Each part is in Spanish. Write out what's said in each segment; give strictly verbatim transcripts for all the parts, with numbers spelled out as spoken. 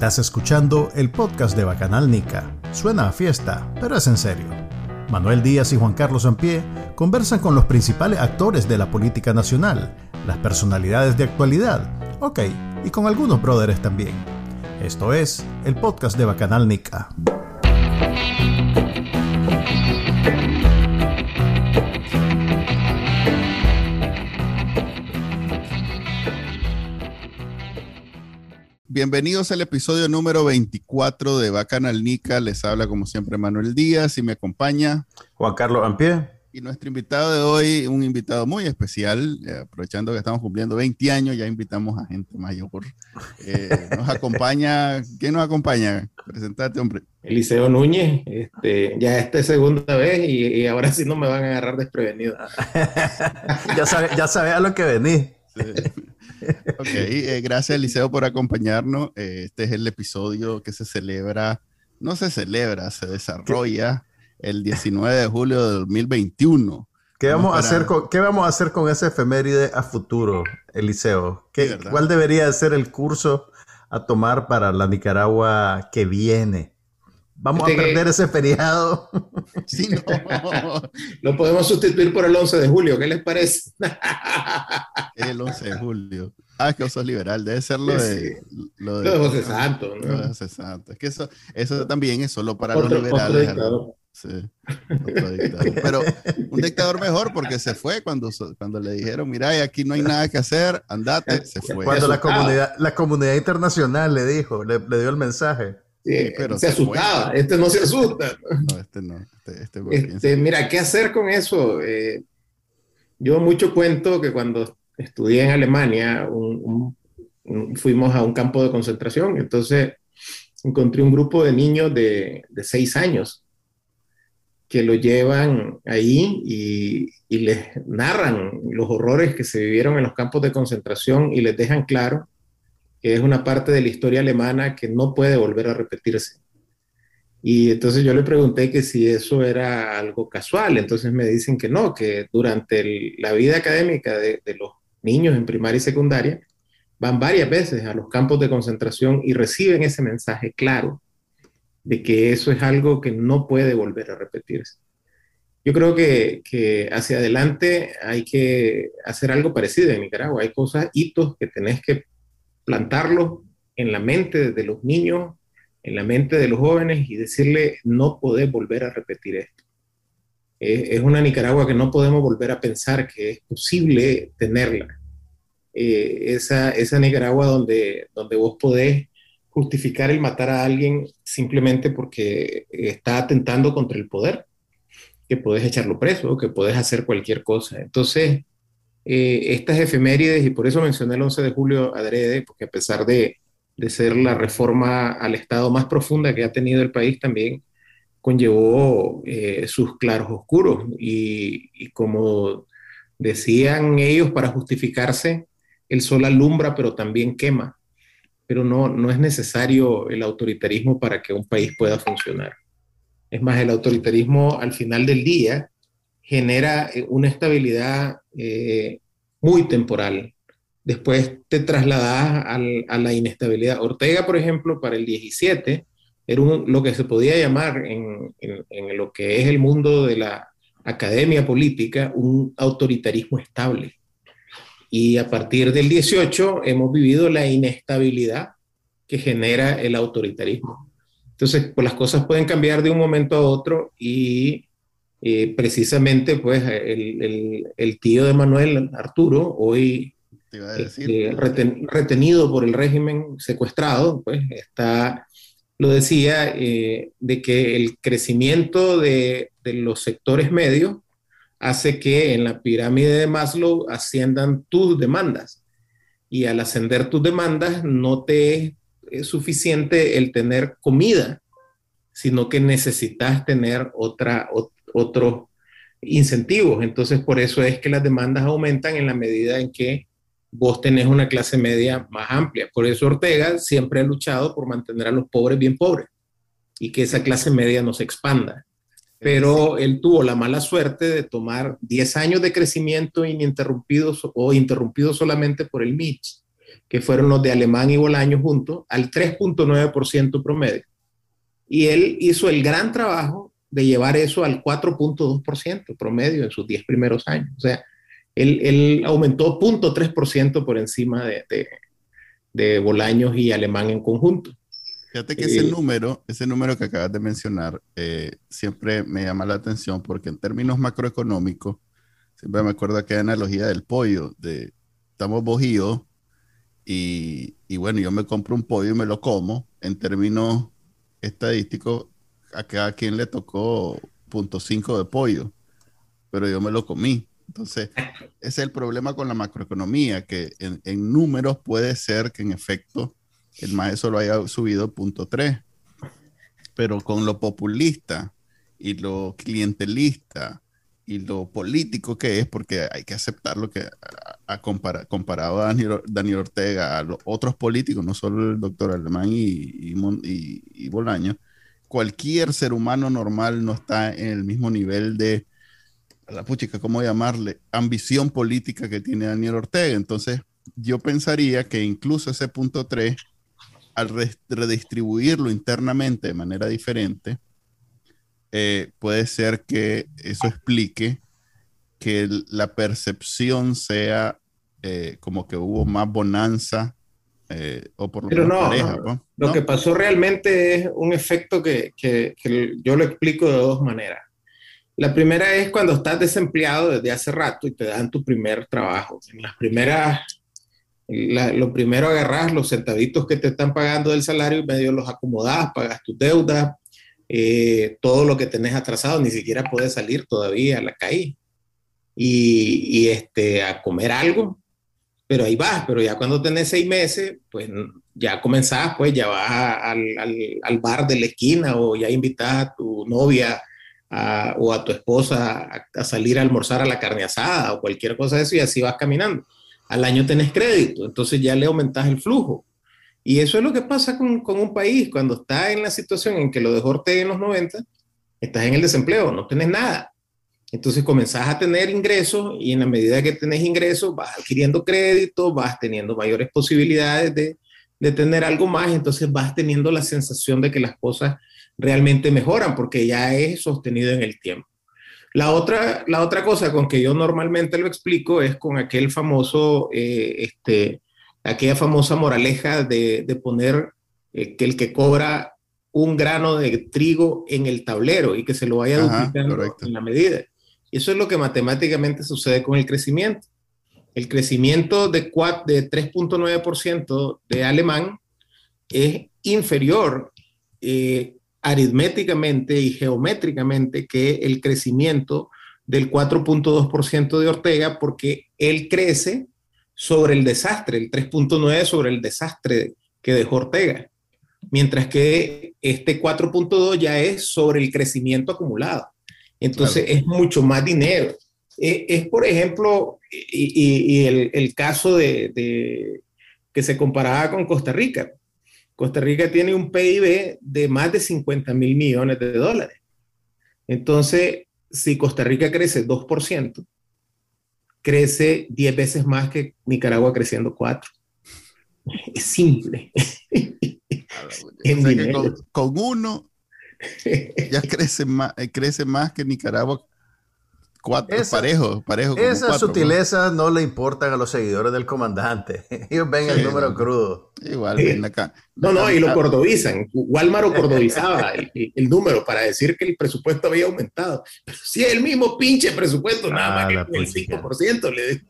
Estás escuchando el podcast de Bacanal Nica. Suena a fiesta, pero es en serio. Manuel Díaz y Juan Carlos Ampie conversan con los principales actores de la política nacional, las personalidades de actualidad, ok, y con algunos brothers también. Esto es el podcast de Bacanal Nica. Bienvenidos al episodio número veinticuatro de Bacanal Nica. Les habla como siempre Manuel Díaz y me acompaña Juan Carlos Ampie. Y nuestro invitado de hoy, un invitado muy especial, eh, aprovechando que estamos cumpliendo veinte años, ya invitamos a gente mayor. Eh, nos acompaña, ¿quién nos acompaña? Presentate, hombre. Eliseo Núñez, este, ya esta es segunda vez y, y ahora sí no me van a agarrar desprevenido. ya sabes ya sabe a lo que venís. Sí. Ok, eh, gracias Eliseo por acompañarnos. Eh, este es el episodio que se celebra, no se celebra, se desarrolla el diecinueve de julio de dos mil veintiuno. ¿Qué vamos, vamos a hacer con, ¿Qué vamos a hacer con ese efeméride a futuro, Eliseo? ¿Qué, ¿Cuál debería ser el curso a tomar para la Nicaragua que viene? ¿Vamos este a perder que... ese feriado? Sí, no. Lo podemos sustituir por el once de julio, ¿qué les parece? El once de julio. Ah, es que vos sos liberal, debe ser lo de... Lo de, lo de José Santos, ¿no? Lo de José Santos. Es que eso, eso también es solo para otro, los liberales. Otro dictador. Sí, otro dictador. Pero un dictador mejor porque se fue cuando, cuando le dijeron, mira, aquí no hay nada que hacer, andate, se fue. Cuando la comunidad, la comunidad internacional le dijo, le, le dio el mensaje. Sí, sí, pero se, se asustaba, fue. Este no se asusta. No, este no. Este, este, este, mira, ¿qué hacer con eso? Eh, yo mucho cuento que cuando estudié en Alemania, un, un, un, fuimos a un campo de concentración, entonces encontré un grupo de niños de, de seis años que lo llevan ahí y, y les narran los horrores que se vivieron en los campos de concentración y les dejan claro que es una parte de la historia alemana que no puede volver a repetirse. Y entonces yo le pregunté que si eso era algo casual, entonces me dicen que no, que durante el, la vida académica de, de los niños en primaria y secundaria van varias veces a los campos de concentración y reciben ese mensaje claro de que eso es algo que no puede volver a repetirse. Yo creo que, que hacia adelante hay que hacer algo parecido en Nicaragua. Hay cosas, hitos que tenés que plantarlos en la mente de los niños, en la mente de los jóvenes y decirle no podés volver a repetir esto. Eh, es una Nicaragua que no podemos volver a pensar que es posible tenerla. Eh, esa, esa Nicaragua donde, donde vos podés justificar el matar a alguien simplemente porque está atentando contra el poder, que podés echarlo preso, que podés hacer cualquier cosa. Entonces, eh, estas efemérides, y por eso mencioné el once de julio adrede, porque a pesar de, de ser la reforma al Estado más profunda que ha tenido el país, también conllevó eh, sus claros oscuros. Y, y como decían ellos, para justificarse, el sol alumbra, pero también quema. Pero no, no es necesario el autoritarismo para que un país pueda funcionar. Es más, el autoritarismo al final del día genera una estabilidad eh, muy temporal. Después te trasladas al, a la inestabilidad. Ortega, por ejemplo, para el diecisiete, era un, lo que se podía llamar en, en, en lo que es el mundo de la academia política, un autoritarismo estable. Y a partir del dieciocho hemos vivido la inestabilidad que genera el autoritarismo. Entonces, pues las cosas pueden cambiar de un momento a otro y eh, precisamente pues el, el, el tío de Manuel, Arturo, hoy Te iba a decir, eh, reten, retenido por el régimen, secuestrado, pues está, lo decía, eh, de que el crecimiento de, de los sectores medios hace que en la pirámide de Maslow asciendan tus demandas. Y al ascender tus demandas no te es suficiente el tener comida, sino que necesitas tener otra, ot, otros incentivos. Entonces, por eso es que las demandas aumentan en la medida en que vos tenés una clase media más amplia. Por eso Ortega siempre ha luchado por mantener a los pobres bien pobres y que esa clase media no se expanda. Pero él tuvo la mala suerte de tomar diez años de crecimiento ininterrumpido o interrumpido solamente por el Mitch que fueron los de Alemán y Bolaños juntos, al tres punto nueve por ciento promedio. Y él hizo el gran trabajo de llevar eso al cuatro punto dos por ciento promedio en sus diez primeros años. O sea, él, él aumentó cero punto tres por ciento por encima de, de, de Bolaños y Alemán en conjunto. Fíjate que ese eh, número, ese número que acabas de mencionar, eh, siempre me llama la atención porque en términos macroeconómicos, siempre me acuerdo aquella analogía del pollo, de estamos bojíos y, y bueno, yo me compro un pollo y me lo como. En términos estadísticos, a cada quien le tocó punto cinco de pollo, pero yo me lo comí. Entonces, ese es el problema con la macroeconomía, que en, en números puede ser que en efecto el M A E solo haya subido punto tres, pero con lo populista y lo clientelista y lo político que es, porque hay que aceptar lo que a, a compara, comparado a Daniel, Daniel Ortega, a los otros políticos, no solo el doctor Alemán y, y, y, y Bolaños, cualquier ser humano normal no está en el mismo nivel de, a la puchica, ¿cómo llamarle?, ambición política que tiene Daniel Ortega. Entonces, yo pensaría que incluso ese punto tres, al redistribuirlo internamente de manera diferente, eh, puede ser que eso explique que la percepción sea eh, como que hubo más bonanza eh, o por lo Pero menos no, pareja. no. ¿No? Lo ¿No? que pasó realmente es un efecto que, que, que yo lo explico de dos maneras. La primera es cuando estás desempleado desde hace rato y te dan tu primer trabajo. En las primeras... La, lo primero agarrás los centavitos que te están pagando del salario y medio los acomodás, pagas tus deudas, eh, todo lo que tenés atrasado, ni siquiera puedes salir todavía a la calle y, y este, a comer algo, pero ahí vas. Pero ya cuando tenés seis meses, pues ya comenzás, pues ya vas a, al, al, al bar de la esquina o ya invitás a tu novia a, o a tu esposa a, a salir a almorzar a la carne asada o cualquier cosa de eso, y así vas caminando. Al año tenés crédito, entonces ya le aumentás el flujo. Y eso es lo que pasa con, con un país cuando está en la situación en que lo dejó Ortega en los noventa, estás en el desempleo, no tenés nada. Entonces comenzás a tener ingresos y en la medida que tenés ingresos vas adquiriendo crédito, vas teniendo mayores posibilidades de, de tener algo más, entonces vas teniendo la sensación de que las cosas realmente mejoran porque ya es sostenido en el tiempo. La otra, la otra cosa con que yo normalmente lo explico es con aquel famoso, eh, este, aquella famosa moraleja de, de poner eh, que el que cobra un grano de trigo en el tablero y que se lo vaya Ajá, duplicando correcto. En la medida. Y eso es lo que matemáticamente sucede con el crecimiento. El crecimiento de, de tres punto nueve por ciento de Alemán es inferior eh, aritméticamente y geométricamente que el crecimiento del cuatro punto dos por ciento de Ortega, porque él crece sobre el desastre, el tres punto nueve sobre el desastre que dejó Ortega, mientras que este cuatro punto dos ya es sobre el crecimiento acumulado. Entonces claro. Es mucho más dinero. Es, es por ejemplo, y, y, y el, el caso de, de que se comparaba con Costa Rica. Costa Rica tiene un P I B de más de cincuenta mil millones de dólares. Entonces, si Costa Rica crece dos por ciento, crece diez veces más que Nicaragua creciendo cuatro por ciento. Es simple. En o sea que con, con uno ya crece más, crece más que Nicaragua. Cuatro, esa, parejo, parejo. Esas cuatro, sutilezas ¿no? no le importan a los seguidores del comandante. Ellos ven sí, el número no, crudo. Igual, sí. ven acá. No, no, y lo cordobizan. Walmart cordobizaba el, el número para decir que el presupuesto había aumentado. Pero sí, el mismo pinche presupuesto, ah, nada más que el cinco por ciento. Le...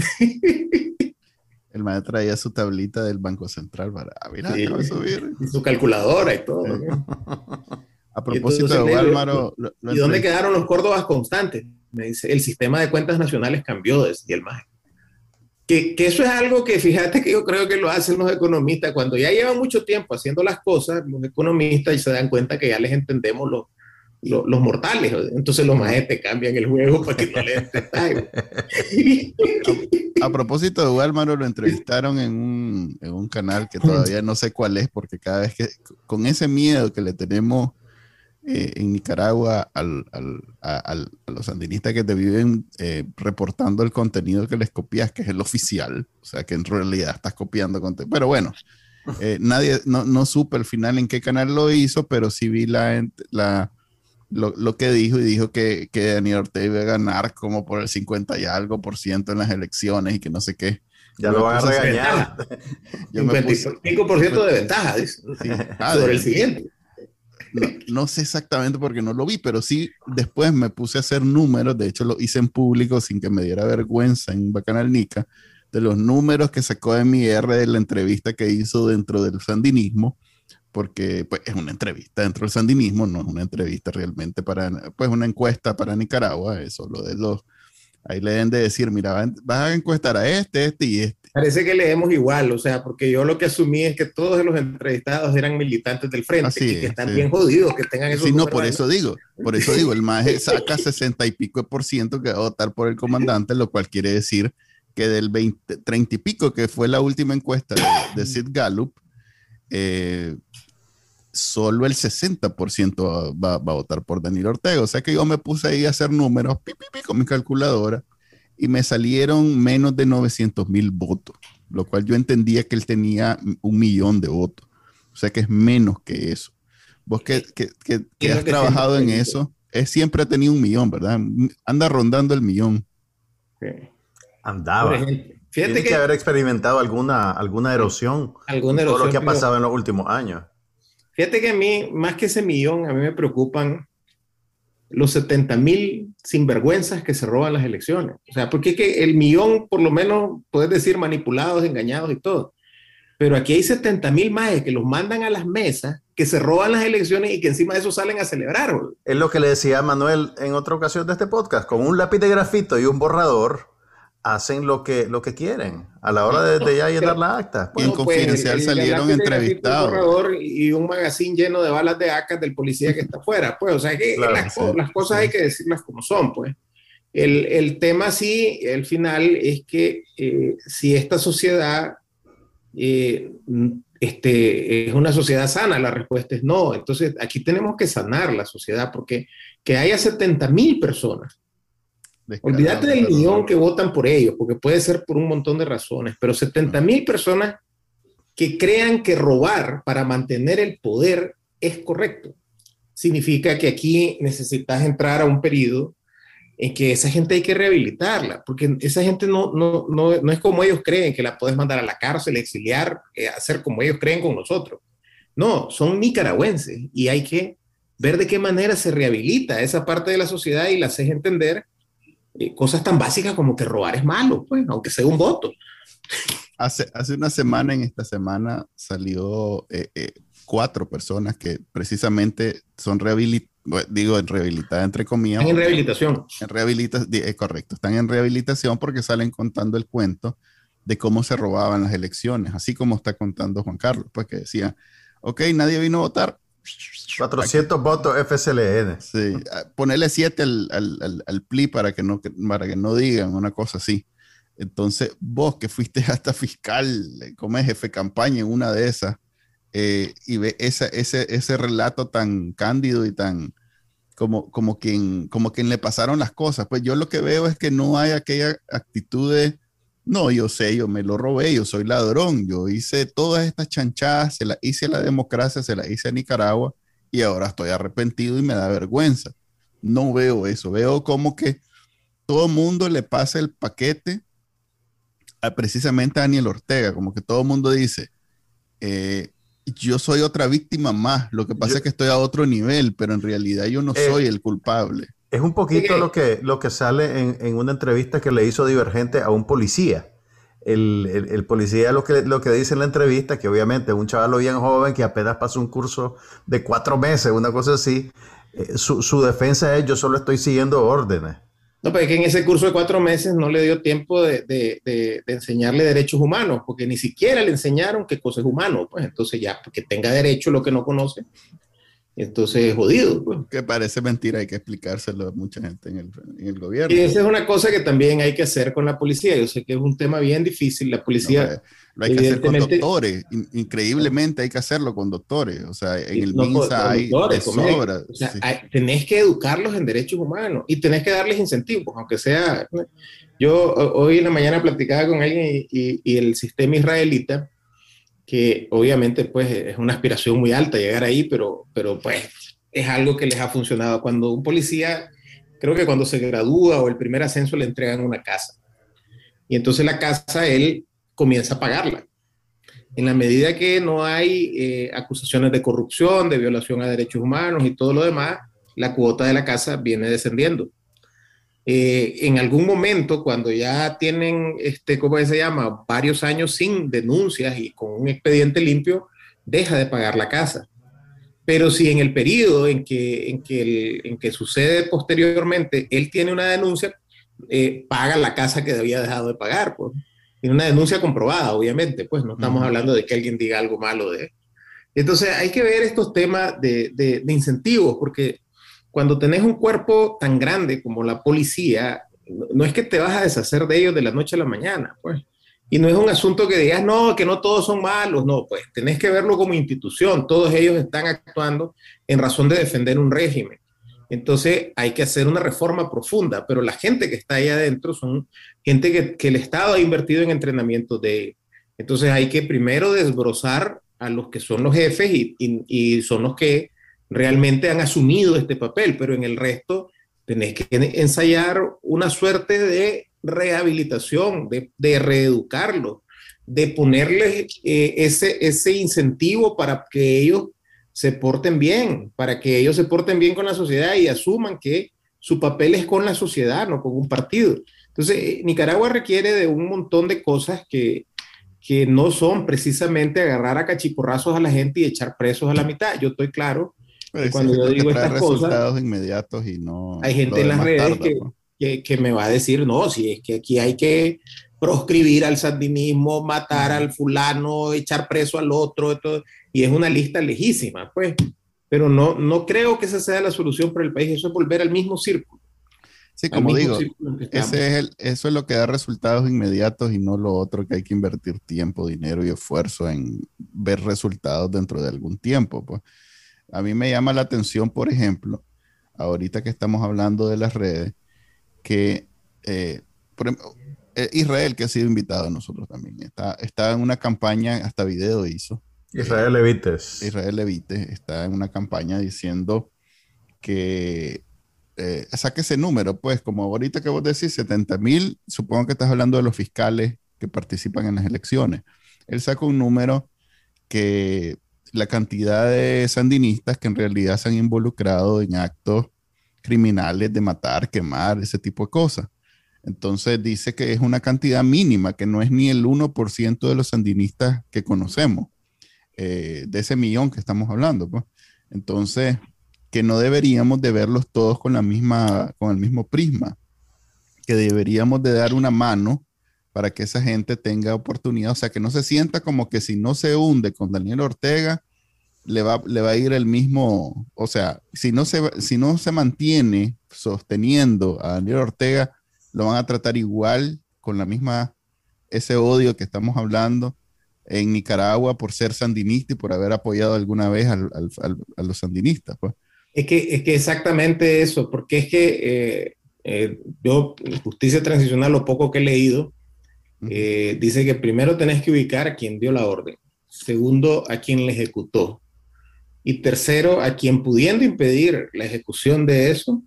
El maestro traía su tablita del Banco Central para mira, sí, acaba de subir. Y su calculadora y todo. A propósito de Walmart. Lo, lo, lo ¿Y dónde quedaron los córdobas constantes? Me dice, el sistema de cuentas nacionales cambió, decía el maestro. Que, que eso es algo que fíjate que yo creo que lo hacen los economistas. Cuando ya llevan mucho tiempo haciendo las cosas, los economistas se dan cuenta que ya les entendemos los, los, los mortales. Entonces los maestros cambian el juego para que no les entendan. A, a propósito de Walmart, lo entrevistaron en un, en un canal que todavía no sé cuál es, porque cada vez que, con ese miedo que le tenemos eh, en Nicaragua al, al, a, al, a los sandinistas que te viven eh, reportando el contenido que les copias, que es el oficial, o sea que en realidad estás copiando contenido, pero bueno, eh, nadie, no, no supe al final en qué canal lo hizo, pero sí vi la, la, lo, lo que dijo y dijo que, que Daniel Ortega iba a ganar como por el cincuenta y algo por ciento en las elecciones y que no sé qué. Ya lo van a regañar. cincuenta y cinco por ciento de ventaja, dice, sí, ah, sobre de, el siguiente. No, no sé exactamente porque no lo vi, pero sí después me puse a hacer números, de hecho lo hice en público sin que me diera vergüenza en Bacanal Nica, de los números que sacó de mi R de la entrevista que hizo dentro del sandinismo, porque pues es una entrevista dentro del sandinismo, no es una entrevista realmente para, pues una encuesta para Nicaragua, eso, lo de los, ahí le deben de decir, mira, vas a encuestar a este, este y este. Parece que leemos igual, o sea, porque yo lo que asumí es que todos los entrevistados eran militantes del frente Así y es, que están sí. bien jodidos, que tengan esos Sí, no, números por ahí. eso digo, por eso digo, el maje saca sesenta y pico de por ciento que va a votar por el comandante, lo cual quiere decir que del veinte, treinta y pico, que fue la última encuesta de, de Sid Gallup, eh, solo el sesenta por ciento va, va a votar por Daniel Ortega. O sea que yo me puse ahí a hacer números pi, pi, pi, con mi calculadora y me salieron menos de novecientos mil votos, lo cual yo entendía que él tenía un millón de votos. O sea que es menos que eso. Vos que, que, que, que has trabajado en eso, él siempre ha tenido un millón, ¿verdad? Anda rondando el millón. Sí. Andaba. Ejemplo, Tiene que, que haber experimentado alguna, alguna erosión. Alguna erosión. Todo lo que ha pasado en los últimos años. Fíjate que a mí, más que ese millón, a mí me preocupan los setenta mil sinvergüenzas que se roban las elecciones. O sea, porque es que el millón, por lo menos, puedes decir manipulados, engañados y todo. Pero aquí hay setenta mil más que los mandan a las mesas, que se roban las elecciones y que encima de eso salen a celebrar. ¿Bro? Es lo que le decía a Manuel en otra ocasión de este podcast. Con un lápiz de grafito y un borrador, hacen lo que, lo que quieren a la hora de, de ya llenar la acta. Bueno, y en Confidencial pues, el, el, salieron el entrevistados. Un borrador y un magazine lleno de balas de A C A del policía que está afuera. Pues, o sea, que claro, las, sí, las cosas sí. hay que decirlas como son, pues. El, el tema sí, el final es que eh, si esta sociedad eh, este, es una sociedad sana, la respuesta es no. Entonces, aquí tenemos que sanar la sociedad porque que haya setenta mil personas. Descarado, olvídate del millón que votan por ellos, porque puede ser por un montón de razones, pero setenta mil personas que crean que robar para mantener el poder es correcto. Significa que aquí necesitas entrar a un periodo en que esa gente hay que rehabilitarla, porque esa gente no, no, no, no es como ellos creen, que la puedes mandar a la cárcel, exiliar, eh, hacer como ellos creen con nosotros. No, son nicaragüenses y hay que ver de qué manera se rehabilita esa parte de la sociedad y la haces entender cosas tan básicas como que robar es malo, pues, aunque sea un voto. Hace, hace una semana, en esta semana, salió eh, eh, cuatro personas que precisamente son rehabilitadas, digo, en rehabilitada entre comillas. Están en rehabilitación. En rehabilitación, es correcto, están en rehabilitación porque salen contando el cuento de cómo se robaban las elecciones, así como está contando Juan Carlos, pues que decía, ok, nadie vino a votar, cuatrocientos votos F S L N. Sí, ponerle siete al, al, al, al P L I para que, no, para que no digan una cosa así. Entonces, vos que fuiste hasta fiscal, como es jefe de campaña en una de esas, eh, y ve esa, ese, ese relato tan cándido y tan como, como, quien, como quien le pasaron las cosas, pues yo lo que veo es que no hay aquella actitud de no, yo sé, yo me lo robé, yo soy ladrón, yo hice todas estas chanchadas, se las hice a la democracia, se las hice a Nicaragua y ahora estoy arrepentido y me da vergüenza. No veo eso, veo como que todo el mundo le pasa el paquete a precisamente a Daniel Ortega, como que todo el mundo dice, eh, yo soy otra víctima más, lo que pasa yo, es que estoy a otro nivel, pero en realidad yo no eh, soy el culpable. Es un poquito sí. lo, que, lo que sale en, en una entrevista que le hizo Divergente a un policía. El, el, el policía lo que, lo que dice en la entrevista, que obviamente es un chaval bien joven que apenas pasó un curso de cuatro meses, una cosa así, eh, su, su defensa es yo solo estoy siguiendo órdenes. No, pero es que en ese curso de cuatro meses no le dio tiempo de, de, de, de enseñarle derechos humanos, porque ni siquiera le enseñaron qué cosa es humano, pues entonces ya, porque tenga derecho lo que no conoce. Entonces es jodido. Pues. Que parece mentira, hay que explicárselo a mucha gente en el, en el gobierno. Y esa es una cosa que también hay que hacer con la policía. Yo sé que es un tema bien difícil. La policía... No, lo hay que hacer con doctores. Increíblemente hay que hacerlo con doctores. O sea, en el no, MINSA hay de sobra. O sea, sí. hay, tenés que educarlos en derechos humanos y tenés que darles incentivos, aunque sea... Yo hoy en la mañana platicaba con alguien y, y, y el sistema israelita, que obviamente pues es una aspiración muy alta llegar ahí, pero, pero pues es algo que les ha funcionado. Cuando un policía, creo que cuando se gradúa o el primer ascenso le entregan una casa. Y entonces la casa él comienza a pagarla. En la medida que no hay eh, acusaciones de corrupción, de violación a derechos humanos y todo lo demás, la cuota de la casa viene descendiendo. Eh, en algún momento, cuando ya tienen, este, ¿cómo se llama?, varios años sin denuncias y con un expediente limpio, deja de pagar la casa. Pero si en el periodo en que, en que, el, en que sucede posteriormente, él tiene una denuncia, eh, paga la casa que había dejado de pagar. Pues. Tiene una denuncia comprobada, obviamente, pues no estamos uh-huh. hablando de que alguien diga algo malo de él. Entonces hay que ver estos temas de, de, de incentivos, porque cuando tenés un cuerpo tan grande como la policía, no es que te vas a deshacer de ellos de la noche a la mañana, pues. Y no es un asunto que digas, no, que no todos son malos, no, pues tenés que verlo como institución, todos ellos están actuando en razón de defender un régimen. Entonces hay que hacer una reforma profunda, pero la gente que está ahí adentro son gente que, que el Estado ha invertido en entrenamiento de ellos. Entonces hay que primero desbrozar a los que son los jefes y, y, y son los que realmente han asumido este papel, pero en el resto tenés que ensayar una suerte de rehabilitación, de, de reeducarlos, de ponerles eh, ese, ese incentivo para que ellos se porten bien, para que ellos se porten bien con la sociedad y asuman que su papel es con la sociedad, no con un partido. Entonces, Nicaragua requiere de un montón de cosas que, que no son precisamente agarrar a cachiporrazos a la gente y echar presos a la mitad. Yo estoy claro. Pero cuando yo digo estas resultados cosas, inmediatos y no. Hay gente en las redes tarda, que, ¿no? que, que me va a decir, no, si es que aquí hay que proscribir al sandinismo, matar uh-huh. al fulano, echar preso al otro, todo, y es una lista lejísima, pues. Pero no, no creo que esa sea la solución para el país, eso es volver al mismo círculo. Sí, como digo, ese es el, eso es lo que da resultados inmediatos y no lo otro que hay que invertir tiempo, dinero y esfuerzo en ver resultados dentro de algún tiempo, pues. A mí me llama la atención, por ejemplo, ahorita que estamos hablando de las redes, que eh, por ejemplo, Israel, que ha sido invitado a nosotros también, está, está en una campaña, hasta video hizo. Israel eh, Levites. Israel Levites está en una campaña diciendo que eh, saque ese número, pues como ahorita que vos decís, setenta mil, supongo que estás hablando de los fiscales que participan en las elecciones. Él saca un número que la cantidad de sandinistas que en realidad se han involucrado en actos criminales de matar, quemar, ese tipo de cosas. Entonces dice que es una cantidad mínima, que no es ni el uno por ciento de los sandinistas que conocemos, eh, de ese millón que estamos hablando, pues. Entonces, que no deberíamos de verlos todos con la misma, con el mismo prisma, que deberíamos de dar una mano para que esa gente tenga oportunidad, o sea, que no se sienta como que si no se hunde con Daniel Ortega, le va, le va a ir el mismo, o sea, si no, se, si no se mantiene sosteniendo a Daniel Ortega, lo van a tratar igual, con la misma, ese odio que estamos hablando en Nicaragua por ser sandinista y por haber apoyado alguna vez al, al, al, a los sandinistas, pues. Es que, es que exactamente eso, porque es que eh, eh, yo, Justicia Transicional, lo poco que he leído, Eh, dice que primero tenés que ubicar a quien dio la orden, segundo a quien la ejecutó y tercero a quien, pudiendo impedir la ejecución de eso,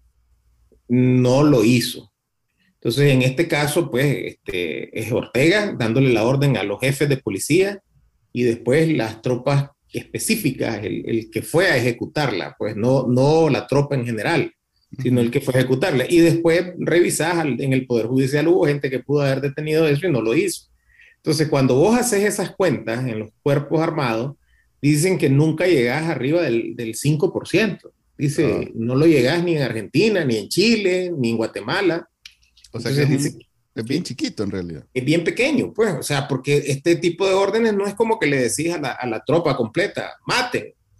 no lo hizo. Entonces en este caso pues este, es Ortega dándole la orden a los jefes de policía y después las tropas específicas, el, el que fue a ejecutarla, pues no, no la tropa en general, sino el que fue a ejecutarla. Y después revisás en el Poder Judicial, hubo gente que pudo haber detenido eso y no lo hizo. Entonces, cuando vos haces esas cuentas en los cuerpos armados, dicen que nunca llegás arriba del, del cinco por ciento. Dice, uh-huh. no lo llegás ni en Argentina, ni en Chile, ni en Guatemala. O sea, Entonces, que es, dice, es bien chiquito en realidad. Es bien pequeño, pues. O sea, porque este tipo de órdenes no es como que le decís a la, a la tropa completa, maten.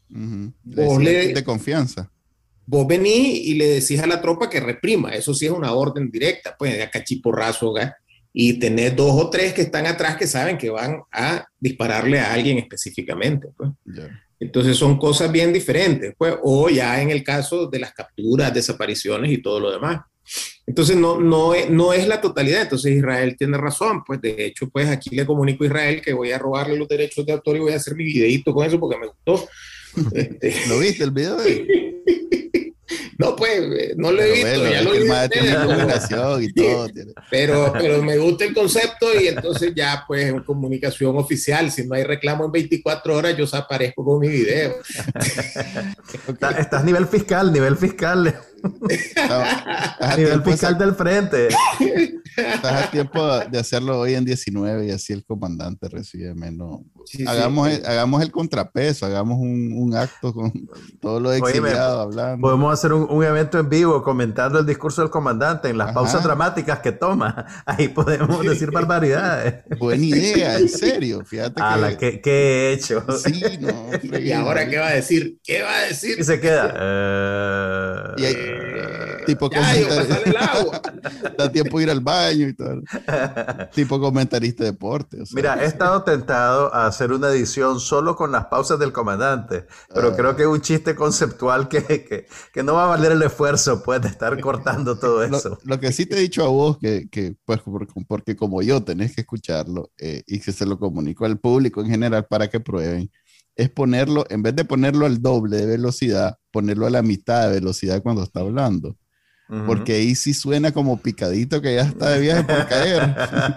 Uh-huh. Vos le, de confianza. Vos venís y le decís a la tropa que reprima. Eso sí es una orden directa, pues, de cachiporrazo, ¿verdad? Y tenés dos o tres que están atrás que saben que van a dispararle a alguien específicamente, pues. Yeah. Entonces son cosas bien diferentes, pues, o ya en el caso de las capturas, desapariciones y todo lo demás. Entonces no, no, es, no es la totalidad. Entonces Israel tiene razón, pues de hecho, pues aquí le comunico a Israel que voy a robarle los derechos de autor y voy a hacer mi videíto con eso porque me gustó. Este... ¿Lo viste el video? De... No, pues, no lo he visto. Bueno, ya lo el más tiene comunicación y todo. Tiene. Pero, pero me gusta el concepto y entonces ya, pues, en comunicación oficial, si no hay reclamo en veinticuatro horas, yo aparezco con mi video. Okay. Estás nivel fiscal, nivel fiscal. No, a nivel fiscal del frente. Estás a tiempo de hacerlo hoy en diecinueve y así el comandante recibe menos. Sí, hagamos, sí. El, hagamos el contrapeso, hagamos un, un acto con todos los exiliados hablando. Podemos hacer un, un evento en vivo comentando el discurso del comandante en las Ajá. pausas dramáticas que toma. Ahí podemos decir barbaridades. Buena idea, en serio. Fíjate a que... la que, que he hecho. Sí, no. ¿Y ahora qué va a decir? ¿Qué va a decir? Y se queda. Uh... Y hay, tipo ya, yo pasarle el agua. Da tiempo de ir al baño y todo. Tipo comentarista de deporte. O sea. Mira, he estado tentado a hacer una edición solo con las pausas del comandante, pero uh, creo que es un chiste conceptual que, que, que no va a valer el esfuerzo, pues, de estar cortando todo eso. Lo, lo que sí te he dicho a vos, que, que pues, porque, porque como yo tenés que escucharlo eh, y que se lo comunico al público en general para que prueben, es ponerlo, en vez de ponerlo al doble de velocidad, ponerlo a la mitad de velocidad cuando está hablando. Uh-huh. Porque ahí sí suena como picadito que ya está de viaje por caer.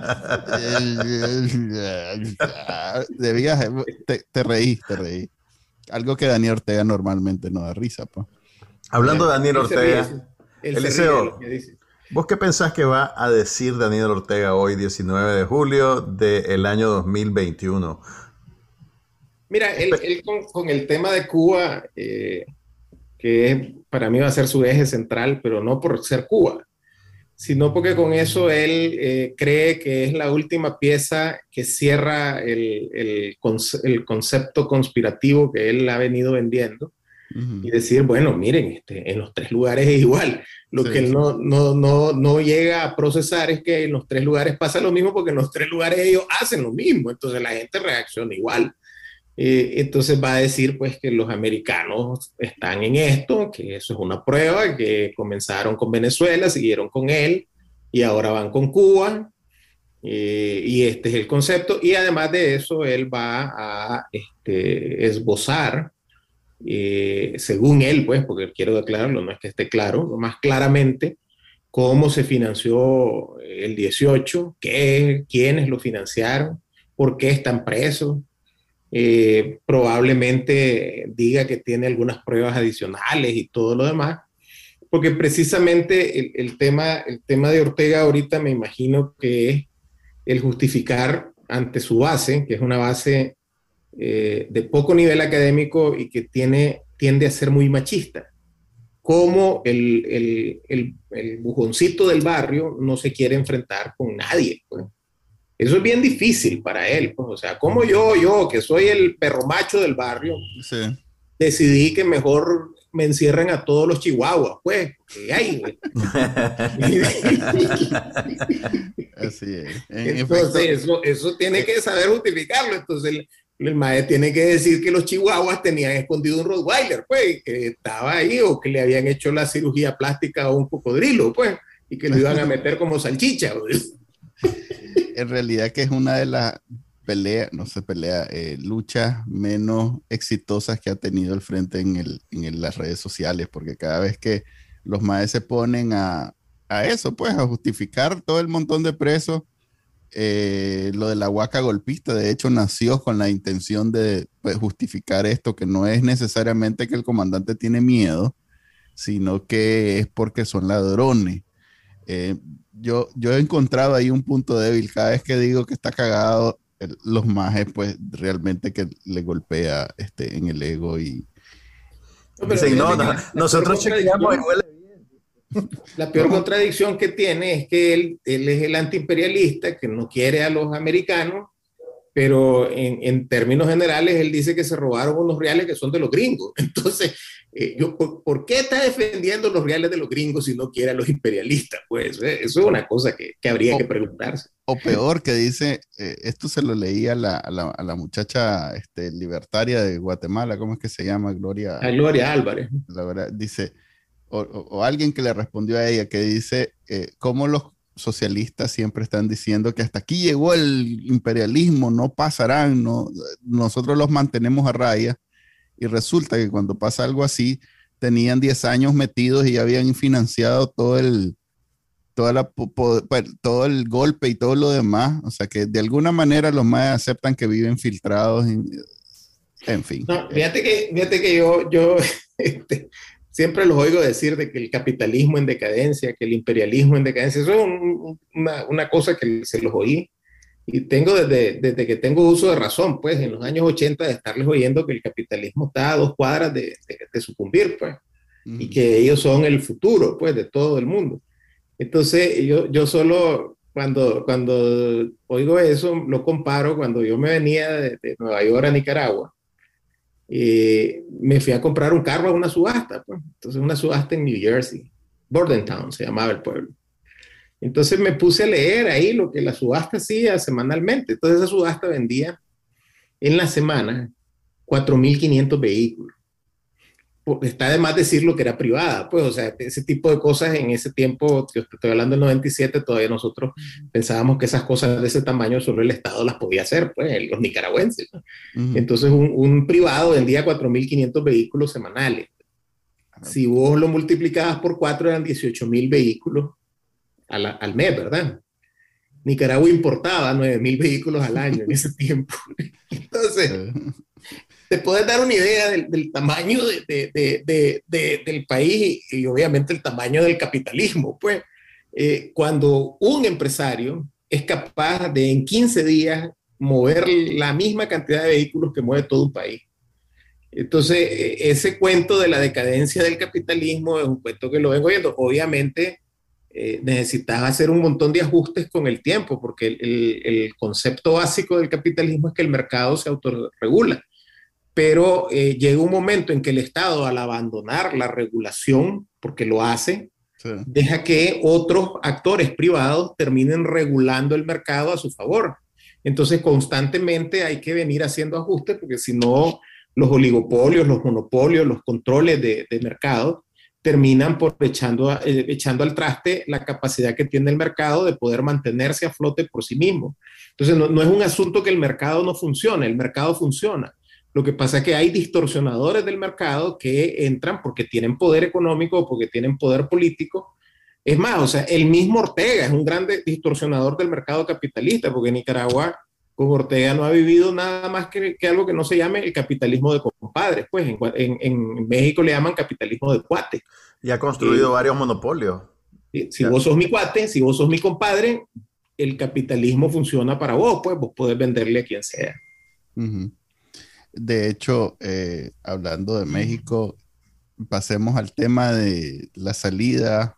De viaje, te, te reí, te reí. Algo que Daniel Ortega normalmente no da risa, pues. Hablando de Daniel Ortega, Eliseo, ¿vos qué pensás que va a decir Daniel Ortega hoy, diecinueve de julio del año dos mil veintiuno? Mira, él, él con, con el tema de Cuba, eh, que para mí va a ser su eje central, pero no por ser Cuba, sino porque con eso él eh, cree que es la última pieza que cierra el, el, conce el concepto conspirativo que él ha venido vendiendo. Uh-huh. Y decir, bueno, miren, este, en los tres lugares es igual. Lo sí, que él sí. no, no, no, no llega a procesar es que en los tres lugares pasa lo mismo, porque en los tres lugares ellos hacen lo mismo, entonces la gente reacciona igual. Eh, entonces va a decir, pues, que los americanos están en esto, que eso es una prueba, que comenzaron con Venezuela, siguieron con él y ahora van con Cuba, eh, y este es el concepto. Y además de eso, él va a este, esbozar, eh, según él, pues, porque quiero declararlo, no es que esté claro, más claramente, cómo se financió el dieciocho, qué, quiénes lo financiaron, por qué están presos. Eh, probablemente diga que tiene algunas pruebas adicionales y todo lo demás, porque precisamente el, el, tema, el tema de Ortega ahorita me imagino que es el justificar ante su base, que es una base eh, de poco nivel académico y que tiene, tiende a ser muy machista, como el, el, el, el bujoncito del barrio no se quiere enfrentar con nadie, pues. Eso es bien difícil para él, pues, o sea, como yo, yo, que soy el perro macho del barrio, sí. decidí que mejor me encierren a todos los chihuahuas, pues, porque hay. Así es. En entonces, eso, eso tiene que saber justificarlo, entonces el, el maestro tiene que decir que los chihuahuas tenían escondido un Rottweiler, pues, que estaba ahí, o que le habían hecho la cirugía plástica a un cocodrilo, pues, y que lo iban a meter como salchicha, pues. En realidad que es una de las peleas, no sé, pelea, eh, luchas menos exitosas que ha tenido el frente en, el, en el, las redes sociales, porque cada vez que los maes se ponen a, a eso, pues a justificar todo el montón de presos, eh, lo de la huaca golpista, de hecho nació con la intención de pues, justificar esto, que no es necesariamente que el comandante tiene miedo, sino que es porque son ladrones. Eh, Yo, yo he encontrado ahí un punto débil. Cada vez que digo que está cagado, el, los majes, pues realmente que le golpea este, en el ego y... No, pero dicen, no, no, nosotros chequeamos y huele bien. La peor no. contradicción que tiene es que él, él es el antiimperialista que no quiere a los americanos pero en, en términos generales él dice que se robaron unos reales que son de los gringos. Entonces, eh, yo, ¿por, ¿por qué está defendiendo los reales de los gringos si no quiere a los imperialistas? Pues eh, eso es una cosa que, que habría o, que preguntarse. O peor, que dice, eh, esto se lo leí a la, a la, a la muchacha este, libertaria de Guatemala, ¿cómo es que se llama? Gloria, a Gloria Álvarez. La verdad, dice, o, o, o alguien que le respondió a ella, que dice, eh, ¿cómo los socialistas siempre están diciendo que hasta aquí llegó el imperialismo, no pasarán, no, nosotros los mantenemos a raya? Y resulta que cuando pasa algo así, tenían diez años metidos y ya habían financiado todo el, toda la, todo el golpe y todo lo demás. O sea que de alguna manera los más aceptan que viven filtrados, en, en fin. No, fíjate que, fíjate que yo, yo este, siempre los oigo decir de que el capitalismo en decadencia, que el imperialismo en decadencia, eso es un, una, una cosa que se los oí y tengo desde, desde que tengo uso de razón, pues en los años ochenta de estarles oyendo que el capitalismo está a dos cuadras de, de, de sucumbir, pues, uh-huh. y que ellos son el futuro, pues, de todo el mundo. Entonces yo, yo solo cuando, cuando oigo eso lo comparo cuando yo me venía de, de Nueva York a Nicaragua. Eh, me fui a comprar un carro a una subasta, pues. Entonces una subasta en New Jersey, Bordentown se llamaba el pueblo. Entonces me puse a leer ahí lo que la subasta hacía semanalmente. Entonces esa subasta vendía en la semana cuatro mil quinientos vehículos. Está de más decirlo que era privada, pues, o sea, ese tipo de cosas en ese tiempo, yo estoy hablando del noventa y siete, todavía nosotros pensábamos que esas cosas de ese tamaño solo el Estado las podía hacer, pues, los nicaragüenses, ¿no? Uh-huh. Entonces un, un privado vendía cuatro mil quinientos vehículos semanales. Si vos lo multiplicabas por cuatro, eran dieciocho mil vehículos al, al mes, ¿verdad? Nicaragua importaba nueve mil vehículos al año en ese tiempo. Entonces... Uh-huh. Te puedes dar una idea del, del tamaño de, de, de, de, de, del país y, y obviamente el tamaño del capitalismo. Pues eh, cuando un empresario es capaz de en quince días mover la misma cantidad de vehículos que mueve todo un país. Entonces, eh, ese cuento de la decadencia del capitalismo es un cuento que lo vengo viendo. Obviamente, eh, necesitas hacer un montón de ajustes con el tiempo, porque el, el, el concepto básico del capitalismo es que el mercado se autorregula. Pero eh, llega un momento en que el Estado, al abandonar la regulación, porque lo hace, sí. deja que otros actores privados terminen regulando el mercado a su favor. Entonces, constantemente hay que venir haciendo ajustes, porque si no, los oligopolios, los monopolios, los controles de, de mercado terminan por echando, eh, echando al traste la capacidad que tiene el mercado de poder mantenerse a flote por sí mismo. Entonces, no, no es un asunto que el mercado no funcione, el mercado funciona. Lo que pasa es que hay distorsionadores del mercado que entran porque tienen poder económico o porque tienen poder político. Es más, o sea, el mismo Ortega es un gran distorsionador del mercado capitalista, porque Nicaragua con Ortega no ha vivido nada más que, que algo que no se llame el capitalismo de compadres. Pues en, en, en México le llaman capitalismo de cuate. Y ha construido eh, varios monopolios. Si, si vos sos mi cuate, si vos sos mi compadre, el capitalismo funciona para vos, pues vos podés venderle a quien sea. Uh-huh. De hecho, eh, hablando de México, pasemos al tema de la salida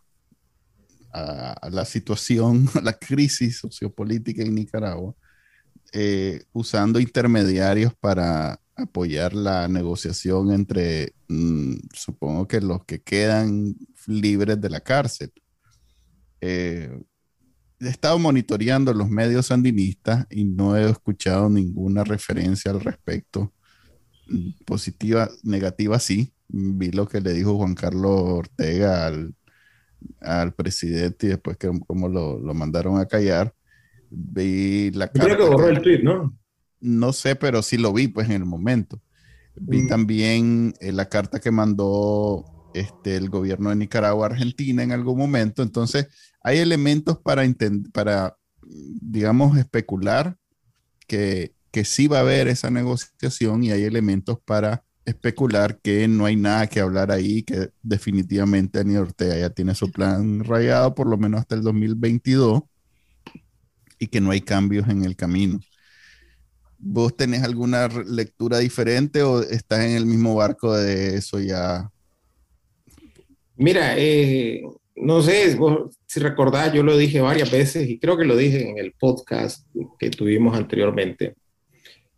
a, a la situación, a la crisis sociopolítica en Nicaragua, eh, usando intermediarios para apoyar la negociación entre, mmm, supongo que los que quedan libres de la cárcel. Eh, he estado monitoreando los medios sandinistas y no he escuchado ninguna referencia al respecto. Positiva, negativa sí. Vi lo que le dijo Juan Carlos Ortega al, al presidente y después que como lo, lo mandaron a callar. Vi la carta. Creo que borró el tweet, ¿no? No sé, pero sí lo vi pues en el momento. Vi mm. también eh, la carta que mandó este, el gobierno de Nicaragua a Argentina en algún momento. Entonces hay elementos para, entend- para digamos, especular que que sí va a haber esa negociación y hay elementos para especular que no hay nada que hablar ahí, que definitivamente Daniel Ortega ya tiene su plan rayado por lo menos hasta el dos mil veintidós y que no hay cambios en el camino. ¿Vos tenés alguna lectura diferente o estás en el mismo barco de eso ya? Mira, eh, no sé, vos, si recordás, yo lo dije varias veces y creo que lo dije en el podcast que tuvimos anteriormente.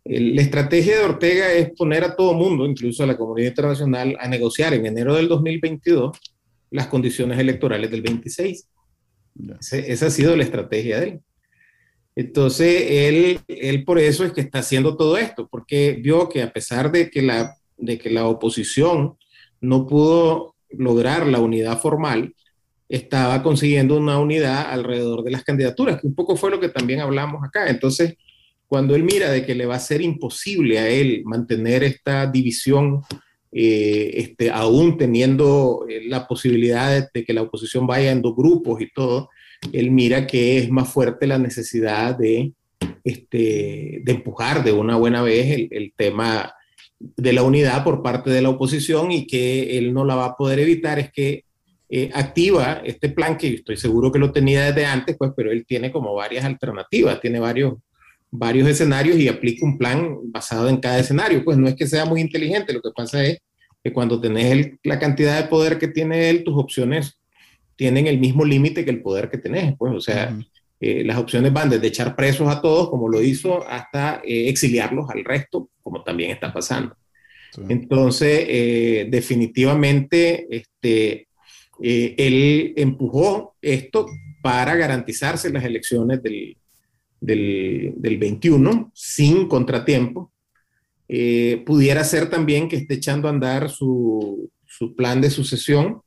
La estrategia de Ortega es poner a todo mundo, incluso a la comunidad internacional, a negociar en enero del dos mil veintidós las condiciones electorales del veintiséis. Yeah. Ese, esa ha sido la estrategia de él. Entonces, él, él por eso es que está haciendo todo esto, porque vio que a pesar de que la, de que la oposición no pudo lograr la unidad formal, estaba consiguiendo una unidad alrededor de las candidaturas, que un poco fue lo que también hablamos acá. Entonces, cuando él mira de que le va a ser imposible a él mantener esta división, eh, este, aún teniendo la posibilidad de, de que la oposición vaya en dos grupos y todo, él mira que es más fuerte la necesidad de, este, de empujar de una buena vez el, el tema de la unidad por parte de la oposición, y que él no la va a poder evitar es que eh, activa este plan, que yo estoy seguro que lo tenía desde antes, pues, pero él tiene como varias alternativas, tiene varios varios escenarios y aplica un plan basado en cada escenario. Pues no es que sea muy inteligente, lo que pasa es que cuando tenés el, la cantidad de poder que tiene él, tus opciones tienen el mismo límite que el poder que tenés. Pues, o sea, uh-huh. eh, las opciones van desde echar presos a todos, como lo hizo, hasta eh, exiliarlos al resto, como también está pasando. Sí. Entonces, eh, definitivamente, este, eh, él empujó esto para garantizarse las elecciones del Del, del veintiuno sin contratiempo. Eh, pudiera ser también que esté echando a andar su, su plan de sucesión,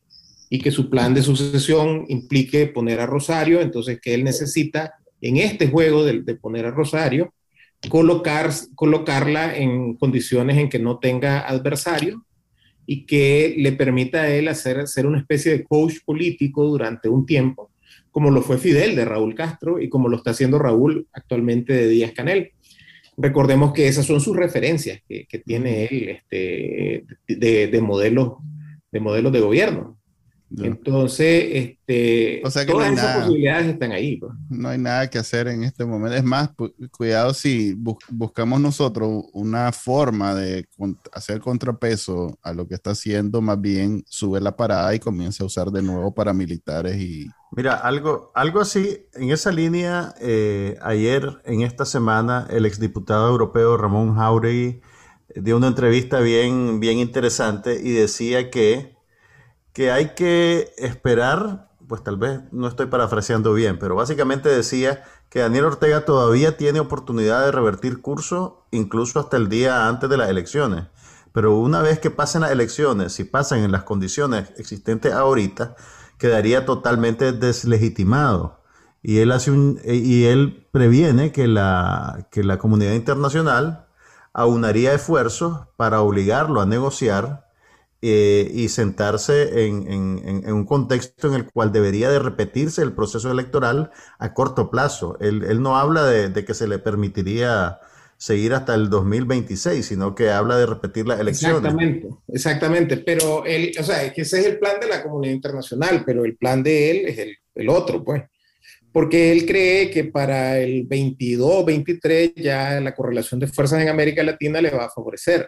y que su plan de sucesión implique poner a Rosario. Entonces, que él necesita en este juego de, de poner a Rosario, colocar, colocarla en condiciones en que no tenga adversario y que le permita a él hacer, ser una especie de coach político durante un tiempo, como lo fue Fidel de Raúl Castro y como lo está haciendo Raúl actualmente de Díaz-Canel. Recordemos que esas son sus referencias que, que tiene él este, de, de, modelos, de modelos de gobierno. No. Entonces, este, o sea que todas no hay esas nada, posibilidades están ahí. Pues. No hay nada que hacer en este momento. Es más, cuidado si bus buscamos nosotros una forma de con hacer contrapeso a lo que está haciendo, más bien sube la parada y comienza a usar de nuevo paramilitares y... Mira, algo, algo así, en esa línea, eh, ayer, en esta semana, el exdiputado europeo Ramón Jáuregui dio una entrevista bien, bien interesante y decía que que hay que esperar, pues tal vez no estoy parafraseando bien, pero básicamente decía que Daniel Ortega todavía tiene oportunidad de revertir curso, incluso hasta el día antes de las elecciones. Pero una vez que pasen las elecciones, si pasan en las condiciones existentes ahorita, quedaría totalmente deslegitimado. Y él hace un, y él previene que la, que la comunidad internacional aunaría esfuerzos para obligarlo a negociar Eh, y sentarse en, en, en un contexto en el cual debería de repetirse el proceso electoral a corto plazo. Él, él no habla de, de que se le permitiría seguir hasta el dos mil veintiséis, sino que habla de repetir las elecciones. Exactamente, exactamente. Pero él, o sea, es que ese es el plan de la comunidad internacional, pero el plan de él es el, el otro, pues. Porque él cree que para el veintidós, veintitrés ya la correlación de fuerzas en América Latina le va a favorecer.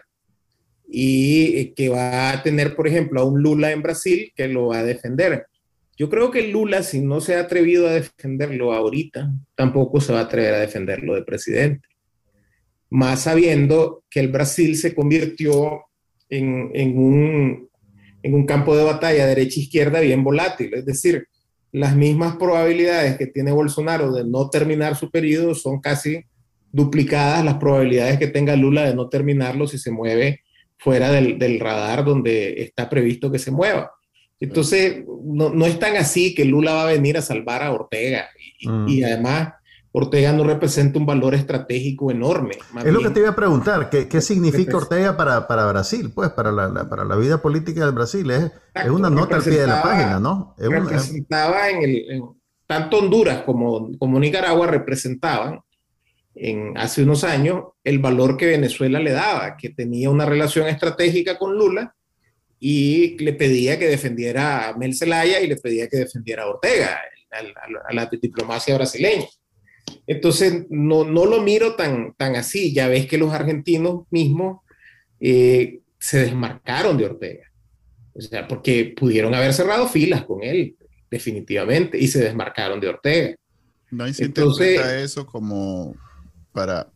Y que va a tener, por ejemplo, a un Lula en Brasil que lo va a defender. Yo creo que Lula, si no se ha atrevido a defenderlo ahorita, tampoco se va a atrever a defenderlo de presidente. Más sabiendo que el Brasil se convirtió en, en, un, en un campo de batalla derecha-izquierda bien volátil. Es decir, las mismas probabilidades que tiene Bolsonaro de no terminar su periodo son casi duplicadas las probabilidades que tenga Lula de no terminarlo si se mueve fuera del, del radar donde está previsto que se mueva. Entonces, no, no es tan así que Lula va a venir a salvar a Ortega. Y, mm. y además, Ortega no representa un valor estratégico enorme. Es lo que te iba a preguntar. ¿Qué, qué significa Ortega para, para Brasil? Pues, para la, la, para la vida política del Brasil. Es, es una nota al pie de la página, ¿no? Es representaba una, en el... En, tanto Honduras como, como Nicaragua representaban en, hace unos años el valor que Venezuela le daba, que tenía una relación estratégica con Lula y le pedía que defendiera a Mel Zelaya y le pedía que defendiera a Ortega, a, a, a la diplomacia brasileña. Entonces no, no lo miro tan, tan así. Ya ves que los argentinos mismos eh, se desmarcaron de Ortega, o sea, porque pudieron haber cerrado filas con él definitivamente y se desmarcaron de Ortega. No, y se interpreta eso como para, para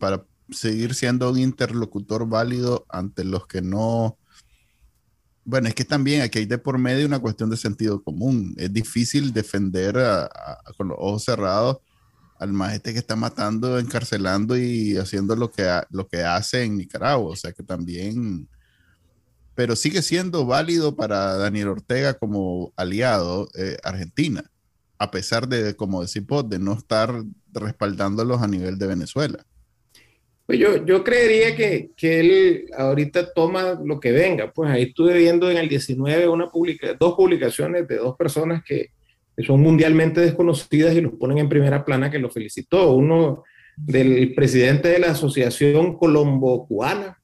seguir siendo un interlocutor válido ante los que no... Bueno, es que también aquí hay de por medio una cuestión de sentido común. Es difícil defender a, a, con los ojos cerrados al majete que está matando, encarcelando y haciendo lo que, lo que hace en Nicaragua. O sea que también... Pero sigue siendo válido para Daniel Ortega como aliado eh, Argentina, a pesar de, como decís vos, de no estar respaldándolos a nivel de Venezuela. Pues yo, yo creería que, que él ahorita toma lo que venga. Pues ahí estuve viendo en el diecinueve una publica, dos publicaciones de dos personas que, que son mundialmente desconocidas y los ponen en primera plana, que lo felicitó. Uno del presidente de la Asociación Colombo-Cubana.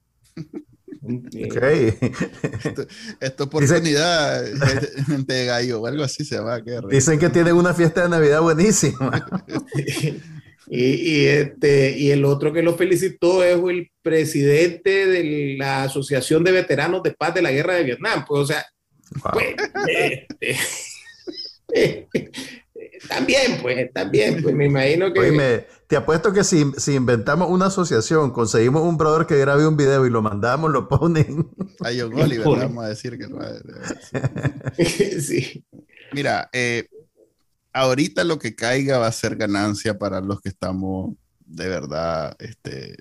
Okay. Esto, esta oportunidad Dicen, de gallo o algo así se llama. Dicen que tienen una fiesta de Navidad buenísima. Y, y, este, y el otro que lo felicitó es el presidente de la Asociación de Veteranos de Paz de la Guerra de Vietnam. Pues, o sea, wow. pues, este, eh, también, pues, también, pues, me imagino que... Oye, te apuesto que si, si inventamos una asociación, conseguimos un brother que grabe un video y lo mandamos, lo ponen... A John Oliver, vamos a decir que no es... Sí. Mira, eh... ahorita lo que caiga va a ser ganancia para los que estamos de verdad, este,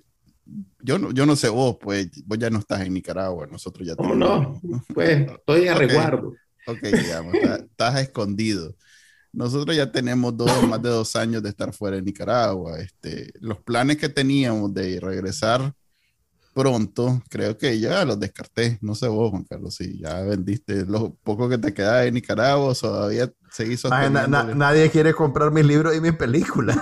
yo no, yo no sé vos, pues vos ya no estás en Nicaragua, nosotros ya tenemos... No, no, pues estoy a okay. resguardo. Ok, digamos, estás, estás escondido. Nosotros ya tenemos dos, más de dos años de estar fuera de Nicaragua. Este, los planes que teníamos de regresar pronto, creo que ya los descarté. No sé vos, Juan Carlos, si ya vendiste lo poco que te queda de Nicaragua o todavía seguís sosteniendo. Na, na, nadie quiere comprar mis libros y mis películas.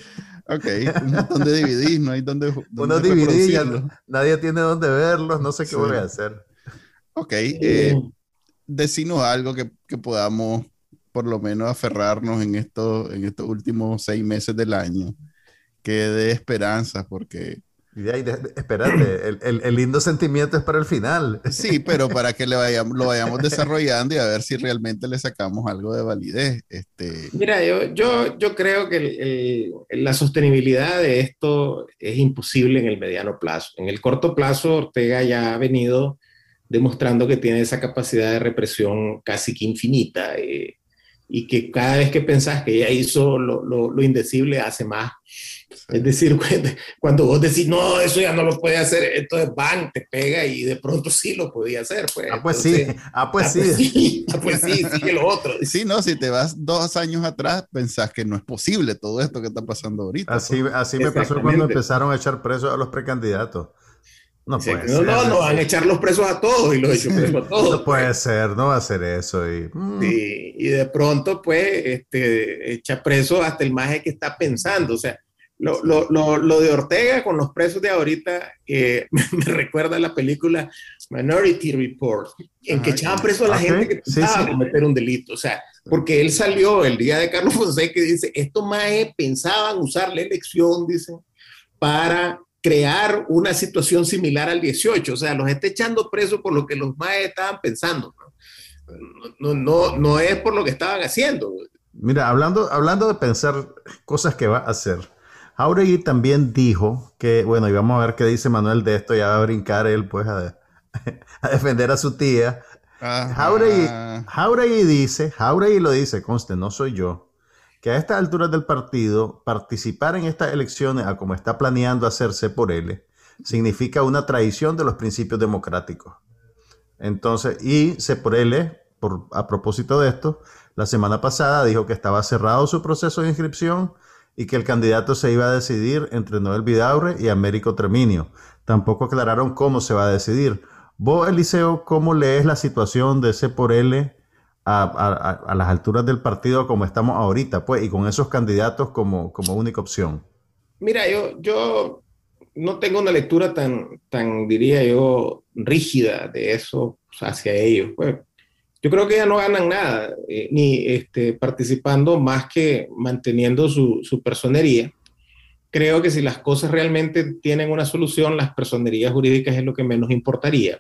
Ok, un montón de D V Ds, no hay donde, donde unos D V Ds, ya, nadie tiene dónde verlos, no sé qué sí. voy a hacer. Ok, eh, decinos algo que, que podamos por lo menos aferrarnos en, esto, en estos últimos seis meses del año, que dé esperanza, porque... Y de ahí, de, de, espérate, el, el, el lindo sentimiento es para el final. Sí, pero para que le vayamos, lo vayamos desarrollando y a ver si realmente le sacamos algo de validez. Este... Mira, yo, yo, yo creo que el, el, la sostenibilidad de esto es imposible en el mediano plazo. En el corto plazo, Ortega ya ha venido demostrando que tiene esa capacidad de represión casi que infinita eh, y que cada vez que pensás que ya hizo lo, lo, lo indecible, hace más. Es decir, cuando vos decís, no, eso ya no lo puede hacer, entonces van, te pega y de pronto sí lo podía hacer. Pues. Ah, pues entonces, sí, ah, pues ah, sí. Pues sí, ah, pues sí, sigue lo otro. Sí, no, si te vas dos años atrás, pensás que no es posible todo esto que está pasando ahorita. Así, pues. así me pasó cuando empezaron a echar presos a los precandidatos. No sí, puede no, ser. No, no, van a echar los presos a todos y los echó presos a todos. No puede pues. ser, no va a hacer eso. Y, mm. sí, y de pronto, pues, este, echa preso hasta el maje que está pensando, o sea, Lo, lo, lo, lo de Ortega con los presos de ahorita eh, me recuerda a la película Minority Report, en Ajá, que echaban preso a la okay. gente que pensaba sí, sí. cometer un delito. O sea, porque él salió el día de Carlos Fonseca y dice, estos maes pensaban usar la elección, dice, para crear una situación similar al dieciocho. O sea, los está echando presos por lo que los maes estaban pensando. No, no, no, no es por lo que estaban haciendo. Mira, hablando, hablando de pensar cosas que va a hacer, Jáuregui también dijo que, bueno, y vamos a ver qué dice Manuel de esto, ya va a brincar él pues a, de, a defender a su tía. Jáuregui, Jáuregui dice, Jáuregui lo dice, conste, no soy yo, que a estas alturas del partido, participar en estas elecciones a como está planeando hacerse por él, significa una traición de los principios democráticos. Entonces, y se por él, por, a propósito de esto, la semana pasada dijo que estaba cerrado su proceso de inscripción y que el candidato se iba a decidir entre Noel Vidaurre y Américo Treminio. Tampoco aclararon cómo se va a decidir. Vos, Eliseo, ¿cómo lees la situación de ese por L a, a, a las alturas del partido como estamos ahorita, pues, y con esos candidatos como, como única opción? Mira, yo, yo no tengo una lectura tan, tan, diría yo, rígida de eso hacia ellos, pues. Yo creo que ya no ganan nada, eh, ni este, participando más que manteniendo su, su personería. Creo que si las cosas realmente tienen una solución, las personerías jurídicas es lo que menos importaría.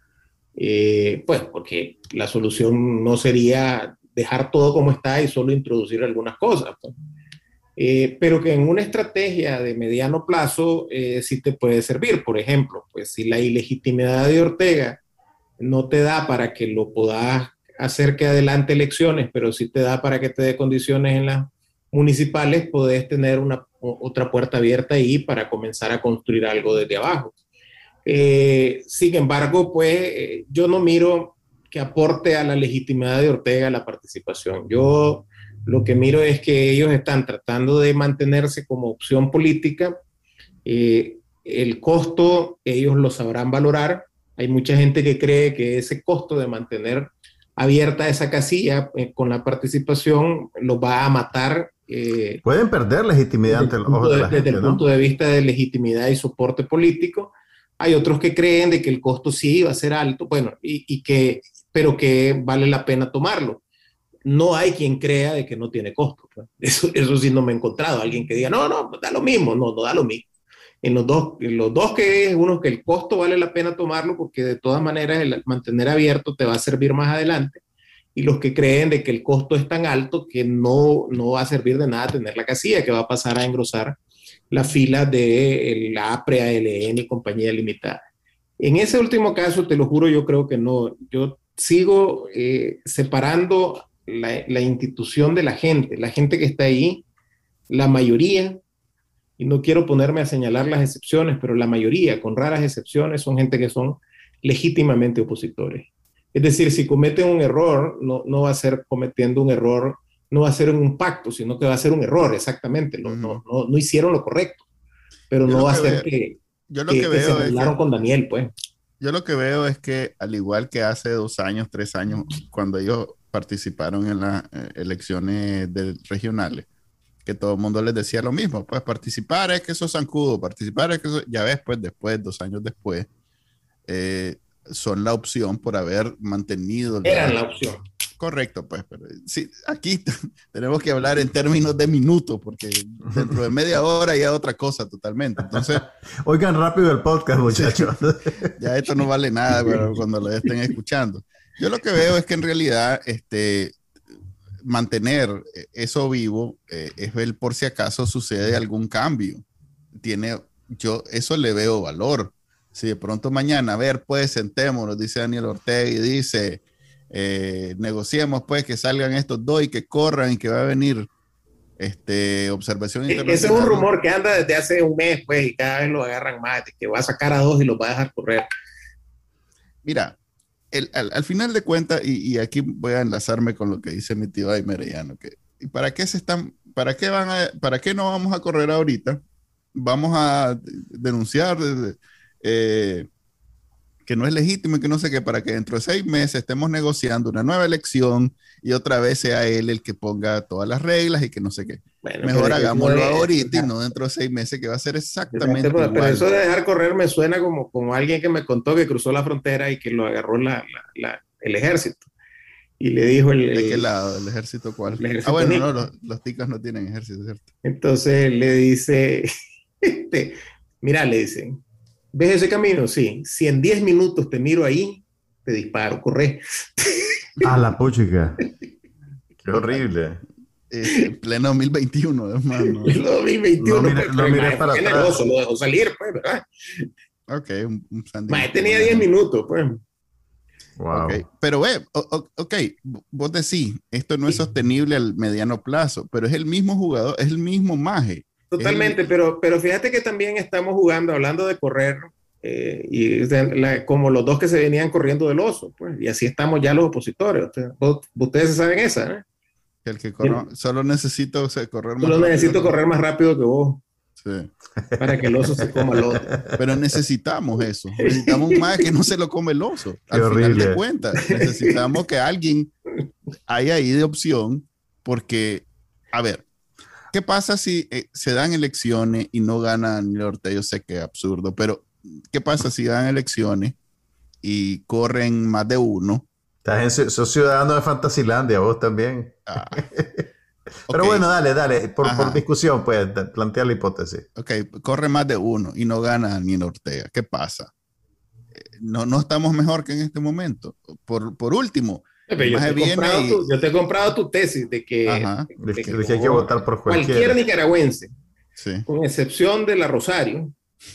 Eh, pues porque la solución no sería dejar todo como está y solo introducir algunas cosas. Pues. eh, pero que en una estrategia de mediano plazo eh, sí te puede servir. Por ejemplo, pues si la ilegitimidad de Ortega no te da para que lo puedas hacer que adelante elecciones, pero sí te da para que te dé condiciones en las municipales, podés tener una, otra puerta abierta ahí para comenzar a construir algo desde abajo. Eh, sin embargo, pues eh, yo no miro que aporte a la legitimidad de Ortega la participación. Yo lo que miro es que ellos están tratando de mantenerse como opción política. Eh, el costo ellos lo sabrán valorar. Hay mucha gente que cree que ese costo de mantener abierta esa casilla eh, con la participación los va a matar. Eh, Pueden perder legitimidad ante los ojos de la gente, desde el ¿no? punto de vista de legitimidad y soporte político. Hay otros que creen de que el costo sí va a ser alto, bueno, y, y que, pero que vale la pena tomarlo. No hay quien crea de que no tiene costo. Pues. Eso, eso sí no me he encontrado. Alguien que diga, no, no, da lo mismo. No, no da lo mismo. En los dos, en los dos que es uno que el costo vale la pena tomarlo porque de todas maneras el mantener abierto te va a servir más adelante. Y los que creen de que el costo es tan alto que no, no va a servir de nada tener la casilla, que va a pasar a engrosar la fila de la A P R E, A L N y compañía limitada. En ese último caso, te lo juro, yo creo que no. Yo sigo eh, separando la, la institución de la gente. La gente que está ahí, la mayoría, y no quiero ponerme a señalar las excepciones, pero la mayoría, con raras excepciones, son gente que son legítimamente opositores. Es decir, si cometen un error, no, no va a ser cometiendo un error, no va a ser un pacto, sino que va a ser un error, exactamente. No, uh-huh. no, no, no hicieron lo correcto, pero yo no va a ser veo, que, yo lo que, que, que veo se hablaron con Daniel, pues. Yo lo que veo es que, al igual que hace dos años, tres años, cuando ellos participaron en las eh, elecciones de, regionales, que todo el mundo les decía lo mismo, pues participar es que sos zancudo, participar es que sos, ya ves, pues después, dos años después, eh, son la opción por haber mantenido. Eran la opción. Correcto, pues, pero sí, aquí tenemos que hablar en términos de minutos, porque dentro de media hora ya otra cosa totalmente. Entonces, oigan rápido el podcast, muchachos. Ya esto no vale nada pero cuando lo estén escuchando. Yo lo que veo es que en realidad este, mantener eso vivo eh, es ver por si acaso sucede algún cambio. Tiene, yo eso le veo valor. Si de pronto mañana, a ver, pues sentémonos, dice Daniel Ortega y dice, eh, negociemos pues que salgan estos dos y que corran y que va a venir este, observación internacional. Ese es un rumor que anda desde hace un mes, pues, y cada vez lo agarran más, que va a sacar a dos y los va a dejar correr. Mira, el, al, al final de cuentas, y, y aquí voy a enlazarme con lo que dice mi tío Ay Merellano, que ¿y para qué se están, para qué van a, para qué no vamos a correr ahorita? Vamos a denunciar desde, Eh, que no es legítimo y que no sé qué, para que dentro de seis meses estemos negociando una nueva elección y otra vez sea él el que ponga todas las reglas y que no sé qué. Bueno, mejor hagámoslo no es, ahorita y no dentro de seis meses, que va a ser exactamente pero, igual. Pero eso de dejar correr me suena como, como alguien que me contó que cruzó la frontera y que lo agarró la, la, la, el ejército. Y le dijo el... ¿De qué lado? ¿El ejército cuál? El ejército ah, bueno, no, los, los ticas no tienen ejército, ¿cierto? Entonces le dice, este, mira, le dicen, ¿ves ese camino? Sí. Si en diez minutos te miro ahí, te disparo, corre. A la puchica. Qué horrible. Eh, en pleno dos mil veintiuno, hermano. En dos mil veintiuno. No miré, no miré para atrás. Lo dejó salir, pues, ¿verdad? Ok, un, un Más tenía diez minutos, pues. Wow. Okay. Pero ve, ok, vos decís, esto no es sostenible al mediano plazo, pero es el mismo jugador, es el mismo maje. Totalmente, el... pero, pero fíjate que también estamos jugando, hablando de correr, eh, y de la, como los dos que se venían corriendo del oso, pues, y así estamos ya los opositores. Ustedes, ustedes saben esa, ¿eh? El que corra, el, solo necesito o sea, correr más solo rápido. necesito correr más rápido que vos. Sí. Para que el oso se coma el otro. Pero necesitamos eso. Necesitamos un más que no se lo come el oso. Al Qué final horrible. De cuentas, necesitamos que alguien haya ahí de opción, porque, a ver, ¿qué pasa si eh, se dan elecciones y no gana Daniel Ortega? Yo sé que es absurdo, pero ¿qué pasa si dan elecciones y corren más de uno? Estás en, sos ciudadano de Fantasilandia, vos también. Ah. Pero okay. Bueno, dale, dale, por, por discusión, pues, plantea la hipótesis. Ok, corre más de uno y no gana Daniel Ortega. ¿Qué pasa? No, no estamos mejor que en este momento. Por, por último, Pero yo, te he comprado y... tu, yo te he comprado tu tesis de que, de, de que, de que hay que votar por cualquiera. Cualquier nicaragüense, sí. con excepción de la Rosario,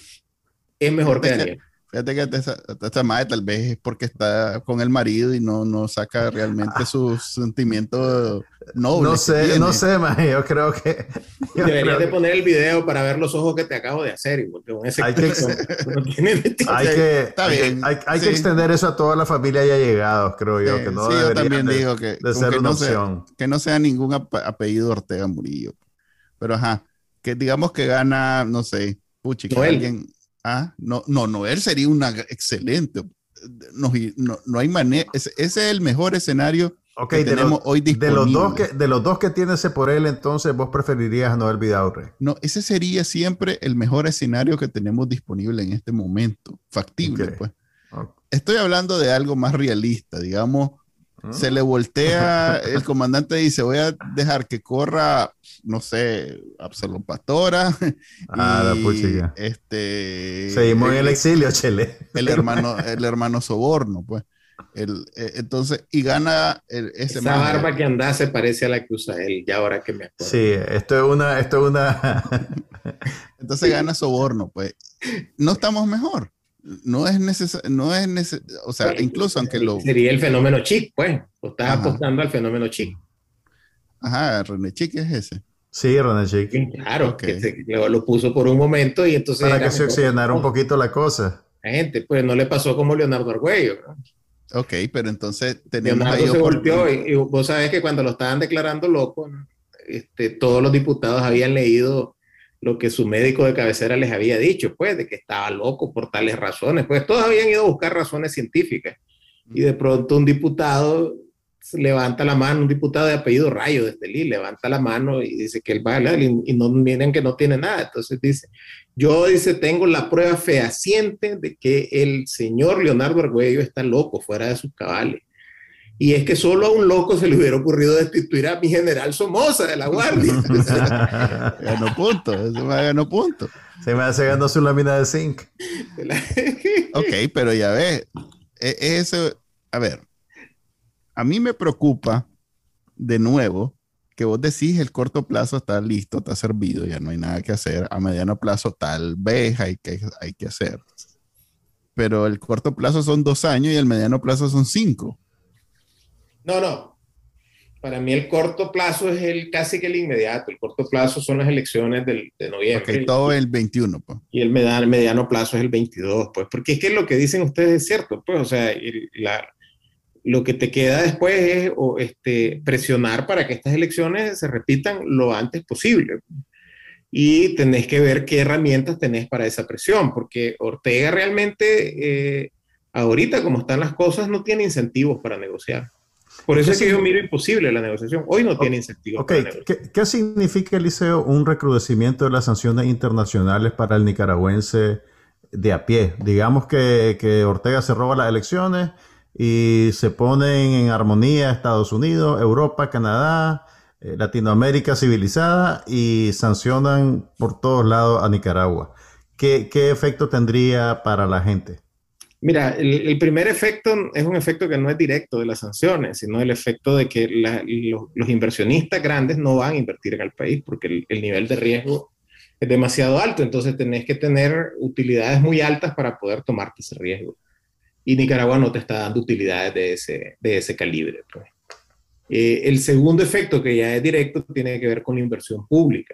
es mejor que Daniel. Fíjate que esta, esta madre tal vez es porque está con el marido y no, no saca realmente ah. sus sentimientos nobles. No sé, no sé, maje, yo creo que... Yo Deberías creo de que... poner el video para ver los ojos que te acabo de hacer, porque con ese... Hay que, no tiene hay que, Está bien. Hay, hay sí. que extender eso a toda la familia ya llegados, creo yo, sí, que no sí, debería yo también de, digo que, de ser que una no opción. Sea, que no sea ningún apellido Ortega Murillo. Pero ajá, que digamos que gana, no sé, puchi, que Noel. alguien... Ah, no, no, Noel sería una excelente. No, no, no hay manera. Ese, ese es el mejor escenario okay, que de tenemos lo, hoy disponible. De los, dos que, de los dos que tiene ese por él, entonces vos preferirías a Noel Vidaurre. No, ese sería siempre el mejor escenario que tenemos disponible en este momento. Factible, okay. pues. Okay. Estoy hablando de algo más realista, digamos. Se le voltea, el comandante dice, voy a dejar que corra, no sé, Absalón Pastora. Ah, y, la puchica. Este, Seguimos el, en el exilio, Chele. El hermano, el hermano Soborno, pues. El, entonces, y gana el, ese Esa más, barba que anda se parece a la que usa él, ya ahora que me acuerdo. Sí, esto es una, esto es una. Entonces gana Soborno, pues. No estamos mejor. No es necesario, no es necesario, o sea, bueno, incluso aunque lo... Sería el fenómeno Chic, pues. O estás Ajá. apostando al fenómeno Chic. Ajá, René Chic es ese. Sí, René Chic. Sí, claro, okay. que se, lo, lo puso por un momento y entonces... Para que se oxigenara un poquito la cosa. La gente, pues no le pasó como Leonardo Argüello, ¿no? Ok, pero entonces tenemos Leonardo ahí... se golpeó y, y vos sabés que cuando lo estaban declarando loco, ¿no? este, todos los diputados habían leído lo que su médico de cabecera les había dicho, pues, de que estaba loco por tales razones, pues todos habían ido a buscar razones científicas, y de pronto un diputado levanta la mano, un diputado de apellido Rayo de Estelí, levanta la mano y dice que él va a hablar, y, y no miren que no tiene nada, entonces dice, yo, dice, tengo la prueba fehaciente de que el señor Leonardo Argüello está loco, fuera de sus cabales. Y es que solo a un loco se le hubiera ocurrido destituir a mi general Somoza de la Guardia. Ganó punto, eso me ganó punto. Se me hace ganó su lámina de zinc. Ok, pero ya ves, eso, a ver, a mí me preocupa de nuevo que vos decís el corto plazo está listo, está servido, ya no hay nada que hacer. A mediano plazo tal vez hay que, hay que hacer. Pero el corto plazo son dos años y el mediano plazo son cinco. No, no. Para mí el corto plazo es el casi que el inmediato. El corto plazo son las elecciones del, de noviembre. Ok, todo el veintiuno, pues. Y el mediano, mediano plazo es el veintidós, pues. Porque es que lo que dicen ustedes es cierto, pues. O sea, el, la, lo que te queda después es o, este, presionar para que estas elecciones se repitan lo antes posible. Y tenés que ver qué herramientas tenés para esa presión, porque Ortega realmente, eh, ahorita como están las cosas, no tiene incentivos para negociar. Por eso es que yo miro imposible la negociación. Hoy no tiene incentivos okay. para negociar. ¿Qué, ¿Qué significa, Eliseo, un recrudecimiento de las sanciones internacionales para el nicaragüense de a pie? Digamos que, que Ortega se roba las elecciones y se ponen en armonía Estados Unidos, Europa, Canadá, eh, Latinoamérica civilizada y sancionan por todos lados a Nicaragua. ¿Qué, qué efecto tendría para la gente? Mira, el, el primer efecto es un efecto que no es directo de las sanciones, sino el efecto de que la, los, los inversionistas grandes no van a invertir en el país porque el, el nivel de riesgo es demasiado alto, entonces tenés que tener utilidades muy altas para poder tomarte ese riesgo. Y Nicaragua no te está dando utilidades de ese, de ese calibre, pues. Eh, el segundo efecto, que ya es directo, tiene que ver con la inversión pública.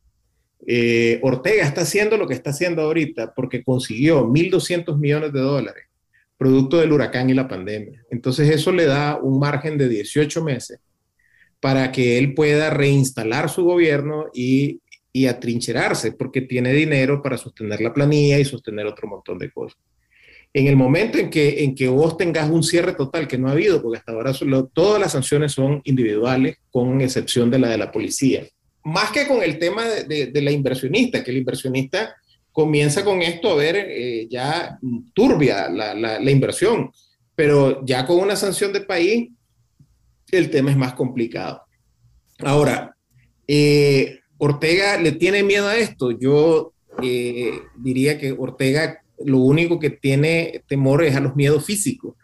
Eh, Ortega está haciendo lo que está haciendo ahorita porque consiguió mil doscientos millones de dólares producto del huracán y la pandemia. Entonces eso le da un margen de dieciocho meses para que él pueda reinstalar su gobierno y, y atrincherarse, porque tiene dinero para sostener la planilla y sostener otro montón de cosas. En el momento en que, en que vos tengas un cierre total, que no ha habido, porque hasta ahora solo, todas las sanciones son individuales, con excepción de la de la policía. Más que con el tema de, de, de la inversionista, que el inversionista comienza con esto a ver eh, ya turbia la, la, la inversión, pero ya con una sanción de país, el tema es más complicado. Ahora, eh, Ortega le tiene miedo a esto. Yo eh, diría que Ortega lo único que tiene temor es a los miedos físicos,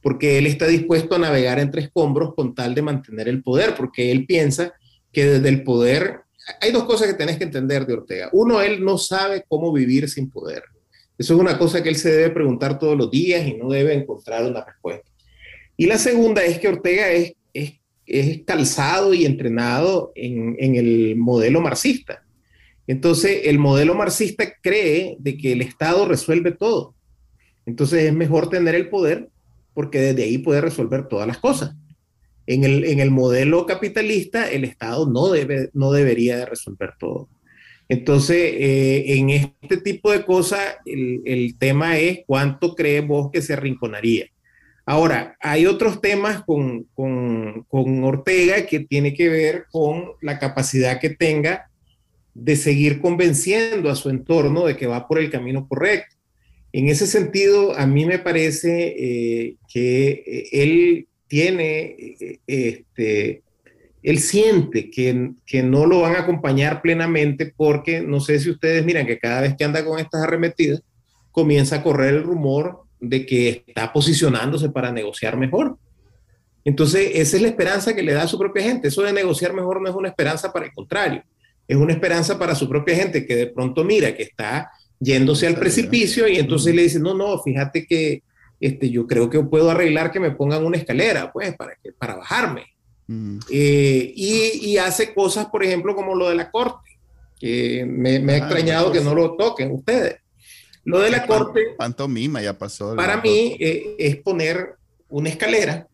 porque él está dispuesto a navegar entre escombros con tal de mantener el poder, porque él piensa que desde el poder, hay dos cosas que tenés que entender de Ortega. Uno, él no sabe cómo vivir sin poder. Eso es una cosa que él se debe preguntar todos los días y no debe encontrar una respuesta. Y la segunda es que Ortega es, es, es calzado y entrenado en, en el modelo marxista. Entonces, el modelo marxista cree de que el Estado resuelve todo. Entonces, es mejor tener el poder porque desde ahí puede resolver todas las cosas. En el, en el modelo capitalista, el Estado no, debe, no debería de resolver todo. Entonces, eh, en este tipo de cosas, el, el tema es cuánto crees vos que se arrinconaría. Ahora, hay otros temas con, con, con Ortega que tiene que ver con la capacidad que tenga de seguir convenciendo a su entorno de que va por el camino correcto. En ese sentido, a mí me parece eh, que él tiene, eh, este, él siente que, que no lo van a acompañar plenamente porque no sé si ustedes miran que cada vez que anda con estas arremetidas, comienza a correr el rumor de que está posicionándose para negociar mejor. Entonces, esa es la esperanza que le da a su propia gente. Eso de negociar mejor no es una esperanza, para el contrario, es una esperanza para su propia gente que de pronto mira que está yéndose al precipicio y entonces le dice, no, no, fíjate que este, yo creo que puedo arreglar que me pongan una escalera, pues, para, que, para bajarme. Mm. Eh, y, y hace cosas, por ejemplo, como lo de la corte, que me, me ah, ha extrañado que no lo toquen ustedes. Lo de la corte, pantomima ya pasó. Para mí eh, es poner una escalera,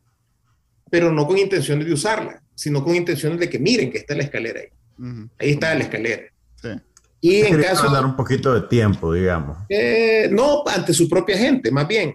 pero no con intenciones de usarla, sino con intenciones de que miren que está la escalera ahí. Uh-huh. Ahí está la escalera. Sí. Y en caso dar un poquito de tiempo, digamos. Eh, no, ante su propia gente, más bien.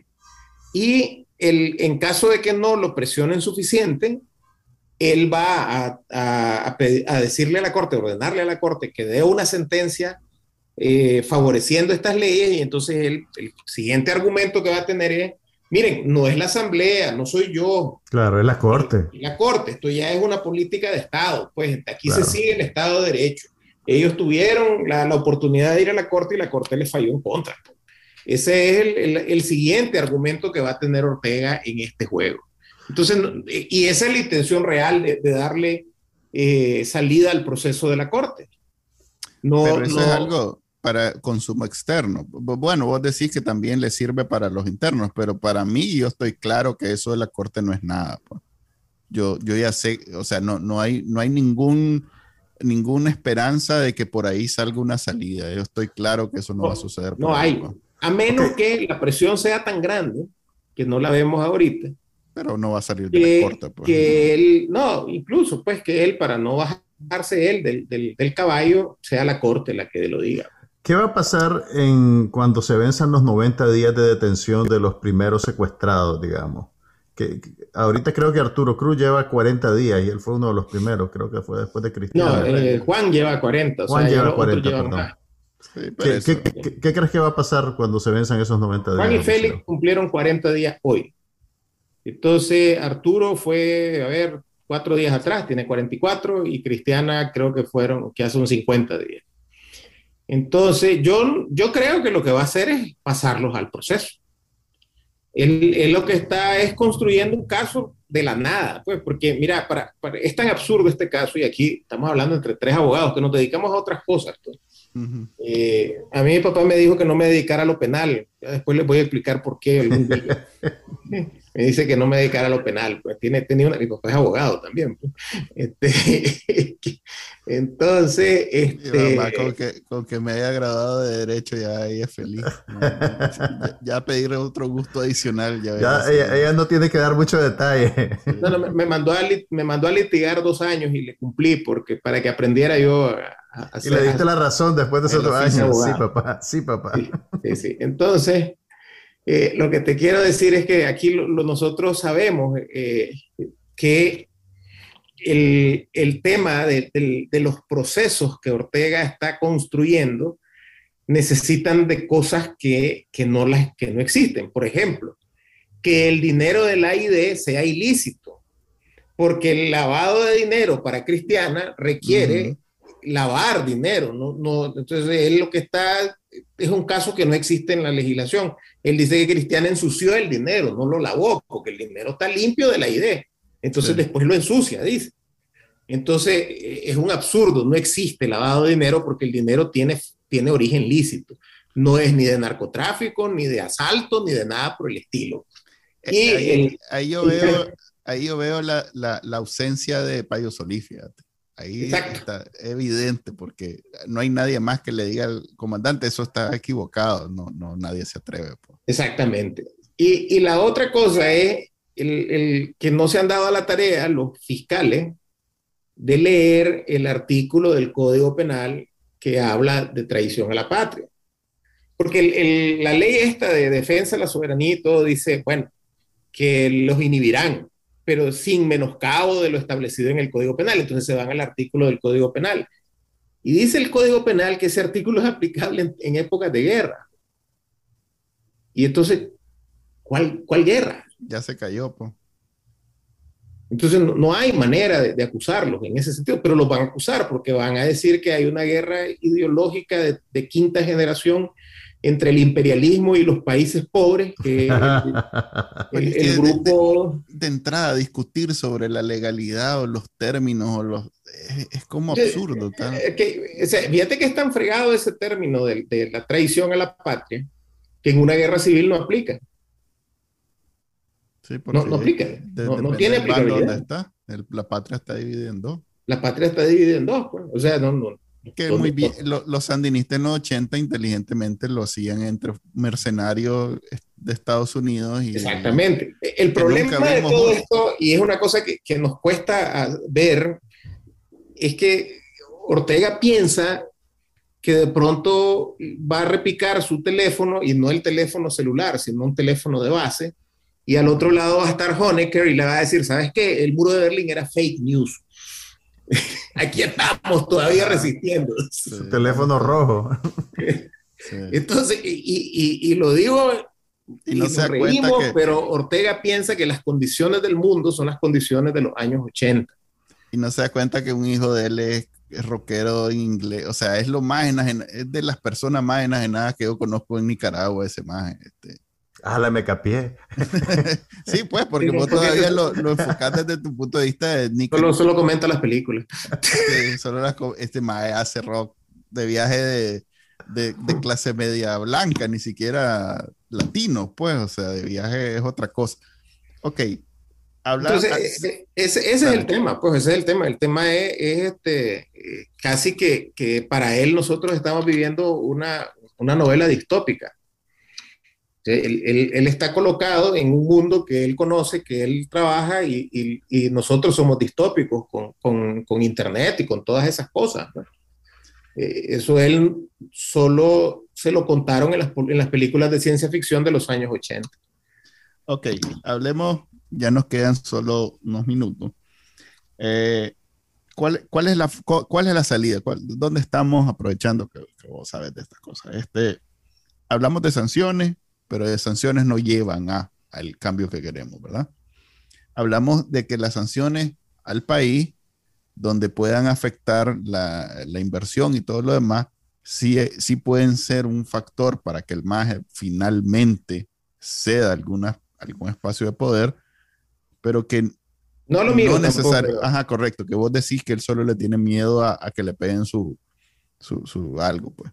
Y el, en caso de que no lo presionen suficiente, él va a, a, a, pedir, a decirle a la corte, ordenarle a la corte que dé una sentencia eh, favoreciendo estas leyes, y entonces él, el siguiente argumento que va a tener es, miren, no es la asamblea, no soy yo. Claro, es la corte. Es la corte, esto ya es una política de Estado, pues aquí claro. Se sigue el Estado de Derecho. Ellos tuvieron la, la oportunidad de ir a la corte y la corte les falló en contra. Ese es el, el, el siguiente argumento que va a tener Ortega en este juego. Entonces, y esa es la intención real de, de darle eh, salida al proceso de la corte. No, Pero eso no, es algo para consumo externo. Bueno, vos decís que también le sirve para los internos, pero para mí yo estoy claro que eso de la corte no es nada. Pues. Yo, yo ya sé, o sea, no, no hay, no hay ningún... ninguna esperanza de que por ahí salga una salida. Yo estoy claro que eso no, no va a suceder. No hay, ahí. A menos okay. que la presión sea tan grande, que no la vemos ahorita. Pero no va a salir que, de la corte. Pues. Que él, no, incluso pues que él, para no bajarse él del, del, del caballo, sea la corte la que lo diga. ¿Qué va a pasar en cuando se venzan los noventa días de detención de los primeros secuestrados, digamos? Que, que ahorita creo que Arturo Cruz lleva cuarenta días y él fue uno de los primeros, creo que fue después de Cristiano. No, eh, Juan lleva cuarenta. Juan o sea, lleva cuarenta, perdón. Sí, ¿Qué, ¿qué, qué, ¿Qué crees que va a pasar cuando se venzan esos noventa días? Juan y Félix cumplieron cuarenta días hoy. Entonces Arturo fue, a ver, cuatro días atrás, tiene cuarenta y cuatro, y Cristiana creo que fueron, que hace unos cincuenta días. Entonces yo, yo creo que lo que va a hacer es pasarlos al proceso. Él, él lo que está es construyendo un caso de la nada, pues, porque mira, para, para, es tan absurdo este caso, y aquí estamos hablando entre tres abogados que nos dedicamos a otras cosas. Pues. Uh-huh. eh, a mí mi papá me dijo que no me dedicara a lo penal, después les voy a explicar por qué algún día. Me dice que no me dedicara a lo penal, pues tiene, tenía una, mi papá es abogado también. Pues. Este, entonces, este... Mamá, con, que, con que me haya graduado de Derecho ya ella es feliz. No, ya, ya pedir otro gusto adicional. Ya, ya ella, ella no tiene que dar mucho detalle. Sí. No, no, me, me, mandó a, me mandó a litigar dos años y le cumplí porque para que aprendiera yo a, a hacer... Y le diste a, la razón después de esos dos años. Sí, papá. Sí, papá. Sí, sí, sí. Entonces... Eh, lo que te quiero decir es que aquí lo, lo nosotros sabemos eh, que el, el tema de, de, de los procesos que Ortega está construyendo necesitan de cosas que, que, no las, que no existen. Por ejemplo, que el dinero del A I D sea ilícito, porque el lavado de dinero para Cristiana requiere uh-huh. lavar dinero. ¿no? No, entonces él lo que está es un caso que no existe en la legislación. Él dice que Cristiana ensució el dinero, no lo lavó, porque el dinero está limpio de la I D. Entonces sí. Después lo ensucia, dice. Entonces es un absurdo, no existe lavado de dinero porque el dinero tiene, tiene origen lícito. No es ni de narcotráfico, ni de asalto, ni de nada por el estilo. Y ahí, el, ahí yo veo, ahí yo veo la, la, la ausencia de Payo Solí, fíjate. Ahí exacto. Está evidente porque no hay nadie más que le diga al comandante, eso está equivocado, no, no nadie se atreve. Pues. Exactamente. Y, y la otra cosa es el, el que no se han dado a la tarea los fiscales de leer el artículo del Código Penal que habla de traición a la patria. Porque el, el, la ley esta de defensa de la soberanía y todo dice, bueno, que los inhibirán, pero sin menoscabo de lo establecido en el Código Penal. Entonces se van al artículo del Código Penal. Y dice el Código Penal que ese artículo es aplicable en, en épocas de guerra. Y entonces, ¿cuál, cuál guerra? Ya se cayó, pues. Entonces no, no hay manera de, de acusarlos en ese sentido, pero los van a acusar porque van a decir que hay una guerra ideológica de, de quinta generación entre el imperialismo y los países pobres, que el, el, el grupo... De, de, de entrada, discutir sobre la legalidad o los términos, o los, es, es como absurdo. Tal. Que, o sea, fíjate que es tan fregado ese término de, de la traición a la patria, que en una guerra civil no aplica. Sí, no, no aplica, de, no, no tiene aplicabilidad. ¿Dónde está? El, la patria está dividida en dos. La patria está dividida en dos, pues. O sea, no... no que muy bien, lo, los sandinistas en los ochenta inteligentemente lo hacían entre mercenarios de Estados Unidos. Y, exactamente. El problema de todo esto, y es una cosa que, que nos cuesta ver, es que Ortega piensa que de pronto va a repicar su teléfono, y no el teléfono celular, sino un teléfono de base, y al otro lado va a estar Honecker y le va a decir, ¿sabes qué? El muro de Berlín era fake news. Aquí estamos todavía resistiendo. Su teléfono rojo. Sí. Entonces, y, y, y lo digo, y, y no nos se reímos, que... pero Ortega piensa que las condiciones del mundo son las condiciones de los años ochenta. Y no se da cuenta que un hijo de él es, es rockero en inglés. O sea, es lo más enajenado, es de las personas más enajenadas que yo conozco en Nicaragua, ese más. Este. Ah, la me capié. Sí, pues, porque sí, vos todavía lo, lo enfocás desde tu punto de vista de Nick. Solo, solo comenta las películas. Sí, solo las, este mae hace rock de viaje de, de, de clase media blanca, ni siquiera latino, pues, o sea, de viaje es otra cosa. Ok, hablar... Entonces, ese, ese es el tema, pues, ese es el tema. El tema es, es este, casi que, que para él nosotros estamos viviendo una, una novela distópica. Él, él, él está colocado en un mundo que él conoce, que él trabaja, y, y, y nosotros somos distópicos con, con, con Internet y con todas esas cosas, ¿no? Eh, eso él solo se lo contaron en las, en las películas de ciencia ficción de los años ochenta. Ok, hablemos, ya nos quedan solo unos minutos. Eh, ¿cuál, cuál, es la, ¿Cuál es la salida? ¿Cuál, ¿Dónde estamos aprovechando que, que vos sabes de estas cosas? Este, hablamos de sanciones, pero de sanciones no llevan a, al cambio que queremos, ¿verdad? Hablamos de que las sanciones al país, donde puedan afectar la, la inversión y todo lo demás, sí, sí pueden ser un factor para que el M A G finalmente ceda alguna, algún espacio de poder, pero que no lo miro no necesario. Ajá, correcto, que vos decís que él solo le tiene miedo a, a que le peguen su, su, su algo, pues.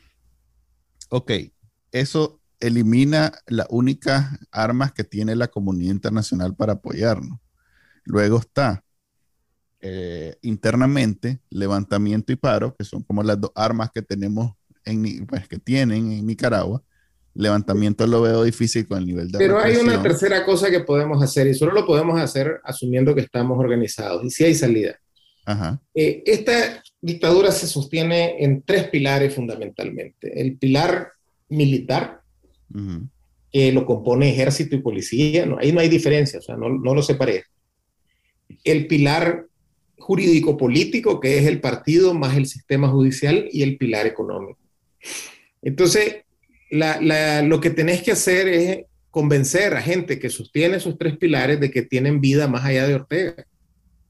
Ok, eso elimina las únicas armas que tiene la comunidad internacional para apoyarnos. Luego está eh, internamente levantamiento y paro, que son como las dos armas que tenemos en, pues, que tienen en Nicaragua. Levantamiento lo veo difícil con el nivel de pero represión. Hay una tercera cosa que podemos hacer, y solo lo podemos hacer asumiendo que estamos organizados, y si hay salida. Ajá. Eh, esta dictadura se sostiene en tres pilares fundamentalmente. El pilar militar, uh-huh, que lo compone ejército y policía, no, ahí no hay diferencia, o sea, no, no lo separé. El pilar jurídico-político, que es el partido más el sistema judicial, y el pilar económico. Entonces, la, la, lo que tenés que hacer es convencer a gente que sostiene esos tres pilares de que tienen vida más allá de Ortega.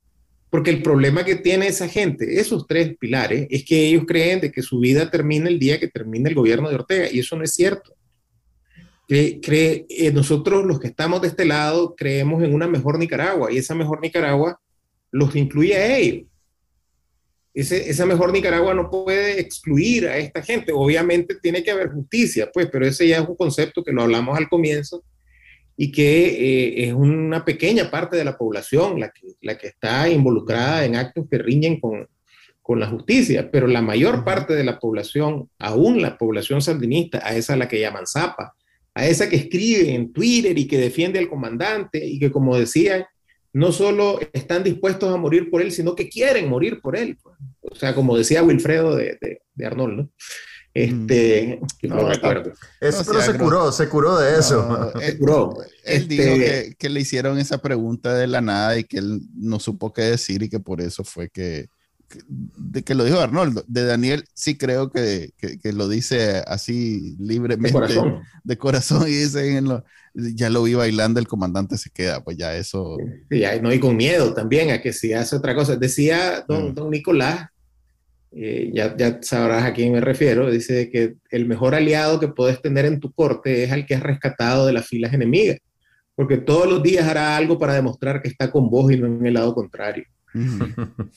Porque el problema que tiene esa gente, esos tres pilares, es que ellos creen de que su vida termina el día que termine el gobierno de Ortega, y eso no es cierto. Cree, cree, eh, nosotros los que estamos de este lado creemos en una mejor Nicaragua, y esa mejor Nicaragua los incluye a ellos. Ese, esa mejor Nicaragua no puede excluir a esta gente. Obviamente tiene que haber justicia, pues, pero ese ya es un concepto que lo hablamos al comienzo, y que eh, es una pequeña parte de la población la que, la que está involucrada en actos que riñen con, con la justicia, pero la mayor parte de la población, aún la población sandinista, a esa a la que llaman zapa, a esa que escribe en Twitter y que defiende al comandante y que, como decía, no solo están dispuestos a morir por él, sino que quieren morir por él. O sea, como decía Wilfredo de, de, de Arnold, ¿no? Este, no, no recuerdo. Eso, no, pero se curó, se curó de eso. No, él, se curó. Él este, dijo que, que le hicieron esa pregunta de la nada y que él no supo qué decir y que por eso fue que, que, de que lo dijo Arnoldo. De Daniel sí creo que, que, que lo dice así libremente, de corazón, de corazón y dice, en lo, ya lo vi bailando, el comandante se queda, pues ya eso. Sí, ya, no, y con miedo también a que si hace otra cosa. Decía don, mm. don Nicolás, Eh, ya, ya sabrás a quién me refiero, dice que el mejor aliado que puedes tener en tu corte es al que has rescatado de las filas enemigas, porque todos los días hará algo para demostrar que está con vos y no en el lado contrario. Mm.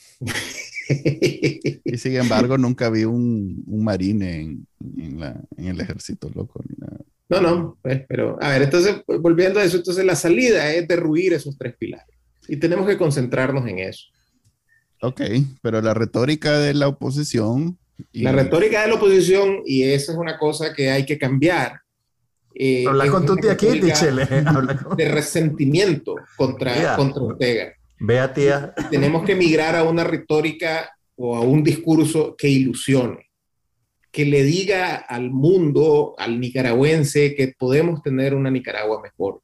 Y sin embargo nunca vi un, un marine en, en, la, en el ejército, loco, ni nada. No, no, pues, pero a ver, entonces volviendo a eso, entonces la salida es derruir esos tres pilares y tenemos que concentrarnos en eso. Ok, pero la retórica de la oposición... Y... La retórica de la oposición, y esa es una cosa que hay que cambiar. Eh, Habla con tu tía Kitty, Chele. De resentimiento contra, contra Ortega. Vea, tía. Tenemos que migrar a una retórica o a un discurso que ilusione, que le diga al mundo, al nicaragüense, que podemos tener una Nicaragua mejor.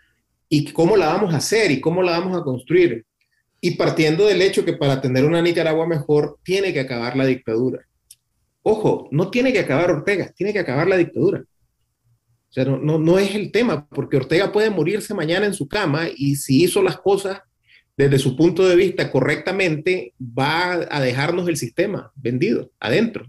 Y cómo la vamos a hacer y cómo la vamos a construir. Y partiendo del hecho que para tener una Nicaragua mejor tiene que acabar la dictadura. Ojo, no tiene que acabar Ortega, tiene que acabar la dictadura. O sea, no, no, no es el tema, porque Ortega puede morirse mañana en su cama y si hizo las cosas desde su punto de vista correctamente, va a dejarnos el sistema vendido adentro.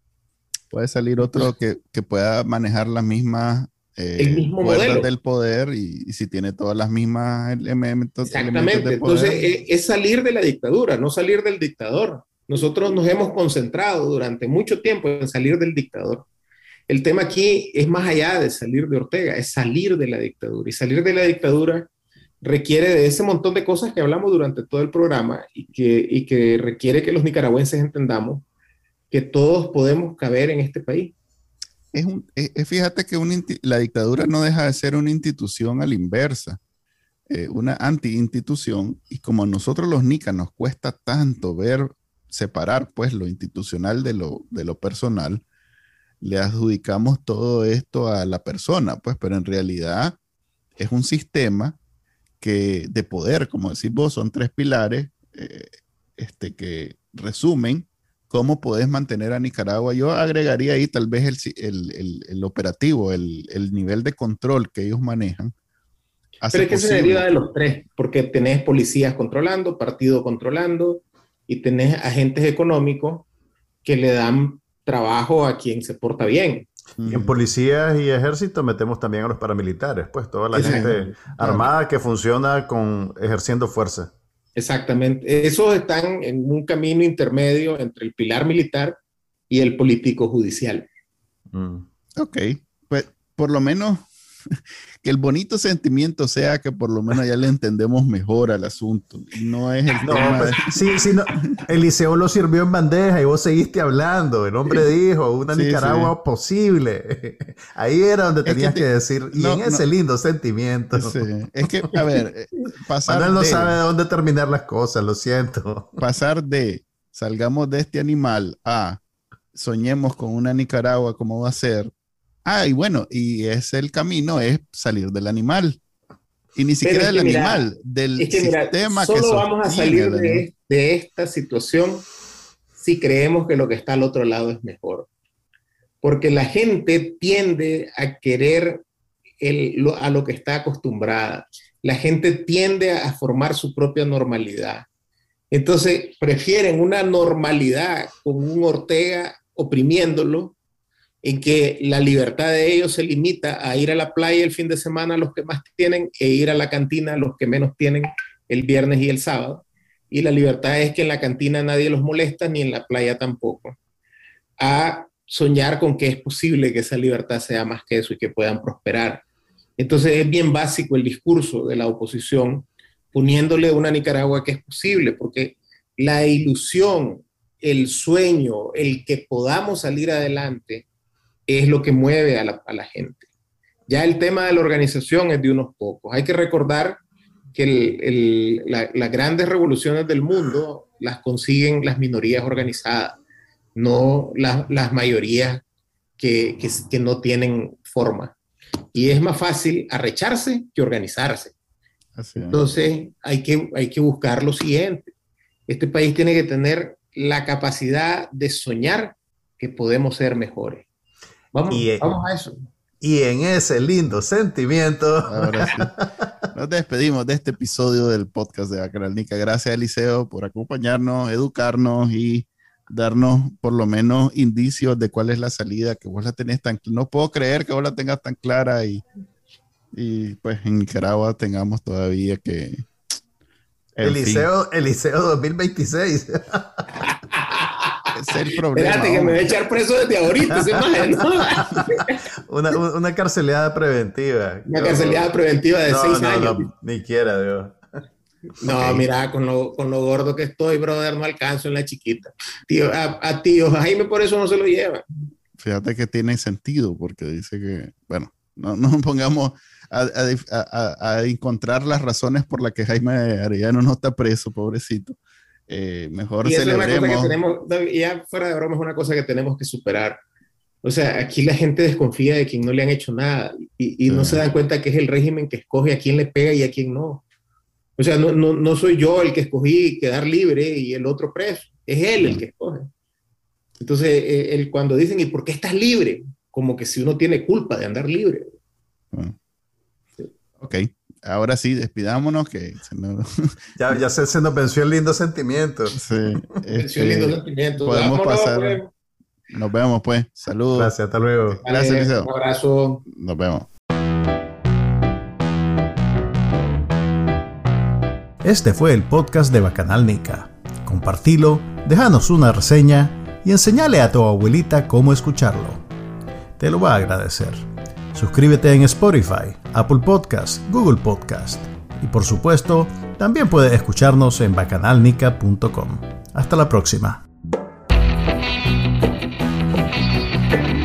Puede salir otro que, que pueda manejar las mismas... Eh, el mismo modelo del poder y, y si tiene todas las mismas elementos. Exactamente, elementos de poder. Entonces es, es salir de la dictadura, no salir del dictador. Nosotros nos hemos concentrado durante mucho tiempo en salir del dictador. El tema aquí es más allá de salir de Ortega, es salir de la dictadura. Y salir de la dictadura requiere de ese montón de cosas que hablamos durante todo el programa y que, y que requiere que los nicaragüenses entendamos que todos podemos caber en este país. Es un, es, fíjate que un, la dictadura no deja de ser una institución a la inversa, eh, una anti-institución, y como a nosotros los nicas nos cuesta tanto ver, separar pues lo institucional de lo, de lo personal, le adjudicamos todo esto a la persona, pues, pero en realidad es un sistema que, de poder, como decís vos, son tres pilares eh, este, que resumen ¿cómo podés mantener a Nicaragua? Yo agregaría ahí tal vez el, el, el, el operativo, el, el nivel de control que ellos manejan. Pero es que se deriva de los tres, porque tenés policías controlando, partido controlando, y tenés agentes económicos que le dan trabajo a quien se porta bien. Y en policías y ejército metemos también a los paramilitares, pues toda la Exacto. gente armada que funciona con, ejerciendo fuerza. Exactamente. Esos están en un camino intermedio entre el pilar militar y el político judicial. Mm. Ok, pues por lo menos que el bonito sentimiento sea que por lo menos ya le entendemos mejor al asunto. No es el no, tema pues, de... sí, sí, no. Eliseo lo sirvió en bandeja y vos seguiste hablando. El hombre dijo, una sí, Nicaragua sí. posible. Ahí era donde tenías que, te... que decir, y no, en ese no. lindo sentimiento. Sí. Es que, a ver, pasar Manuel no de... sabe de dónde terminar las cosas, lo siento. Pasar de, salgamos de este animal a, soñemos con una Nicaragua, ¿cómo va a ser? Ah, y bueno, y es el camino, es salir del animal. Y ni siquiera del mira, animal, del es que sistema mira, solo que solo vamos a salir de, de esta situación si creemos que lo que está al otro lado es mejor. Porque la gente tiende a querer el, lo, a lo que está acostumbrada. La gente tiende a formar su propia normalidad. Entonces prefieren una normalidad con un Ortega oprimiéndolo, en que la libertad de ellos se limita a ir a la playa el fin de semana los que más tienen e ir a la cantina los que menos tienen el viernes y el sábado. Y la libertad es que en la cantina nadie los molesta ni en la playa tampoco. A soñar con que es posible que esa libertad sea más que eso y que puedan prosperar. Entonces es bien básico el discurso de la oposición, poniéndole una Nicaragua que es posible, porque la ilusión, el sueño, el que podamos salir adelante es lo que mueve a la, a la gente. Ya el tema de la organización es de unos pocos. Hay que recordar que el, el, la, las grandes revoluciones del mundo las consiguen las minorías organizadas, no la, las mayorías que, que, que no tienen forma. Y es más fácil arrecharse que organizarse. Así es. Entonces hay que, hay que buscar lo siguiente. Este país tiene que tener la capacidad de soñar que podemos ser mejores. Vamos, y, vamos a eso. Y en ese lindo sentimiento, ahora sí, nos despedimos de este episodio del podcast de Bacanal Nica. Gracias, Eliseo, por acompañarnos, educarnos y darnos por lo menos indicios de cuál es la salida, que vos la tenés tan, no puedo creer que vos la tengas tan clara y, y pues en Nicaragua tengamos todavía que Eliseo, Eliseo dos mil veintiséis. Es el problema. Espérate que me voy a echar preso desde ahorita, ¿se imaginan? una, una carceleada preventiva. Una carceleada preventiva de no, seis no, años. No, ni quiera, Dios. No, okay. Mira, con lo, con lo gordo que estoy, brother, no alcanzo en la chiquita. Tío, a, a tío Jaime por eso no se lo lleva. Fíjate que tiene sentido, porque dice que, bueno, no nos pongamos a, a, a, a encontrar las razones por las que Jaime Arellano no está preso, pobrecito. Eh, mejor y celebremos. Es una cosa que tenemos, ya fuera de broma, es una cosa que tenemos que superar. O sea, aquí la gente desconfía de quien no le han hecho nada y, y sí. No se dan cuenta que es el régimen que escoge a quién le pega y a quién no. O sea, no, no, no soy yo el que escogí quedar libre y el otro preso. Es él el que escoge. Entonces, eh, él, cuando dicen, ¿y por qué estás libre? Como que si uno tiene culpa de andar libre. Bueno. Sí. Ok. Ahora sí, despidámonos que se nos... ya, ya se, se nos venció el lindo sentimiento. Sí. Venció el lindo sentimiento. Podemos Vámonos, pasar. Pues. Nos vemos, pues. Saludos. Gracias, hasta luego. Gracias, Eliseo. Un abrazo. Nos vemos. Este fue el podcast de Bacanal Nica. Compartilo, déjanos una reseña y enseñale a tu abuelita cómo escucharlo. Te lo va a agradecer. Suscríbete en Spotify, Apple Podcast, Google Podcast. Y por supuesto, también puedes escucharnos en bacanal nica punto com. Hasta la próxima.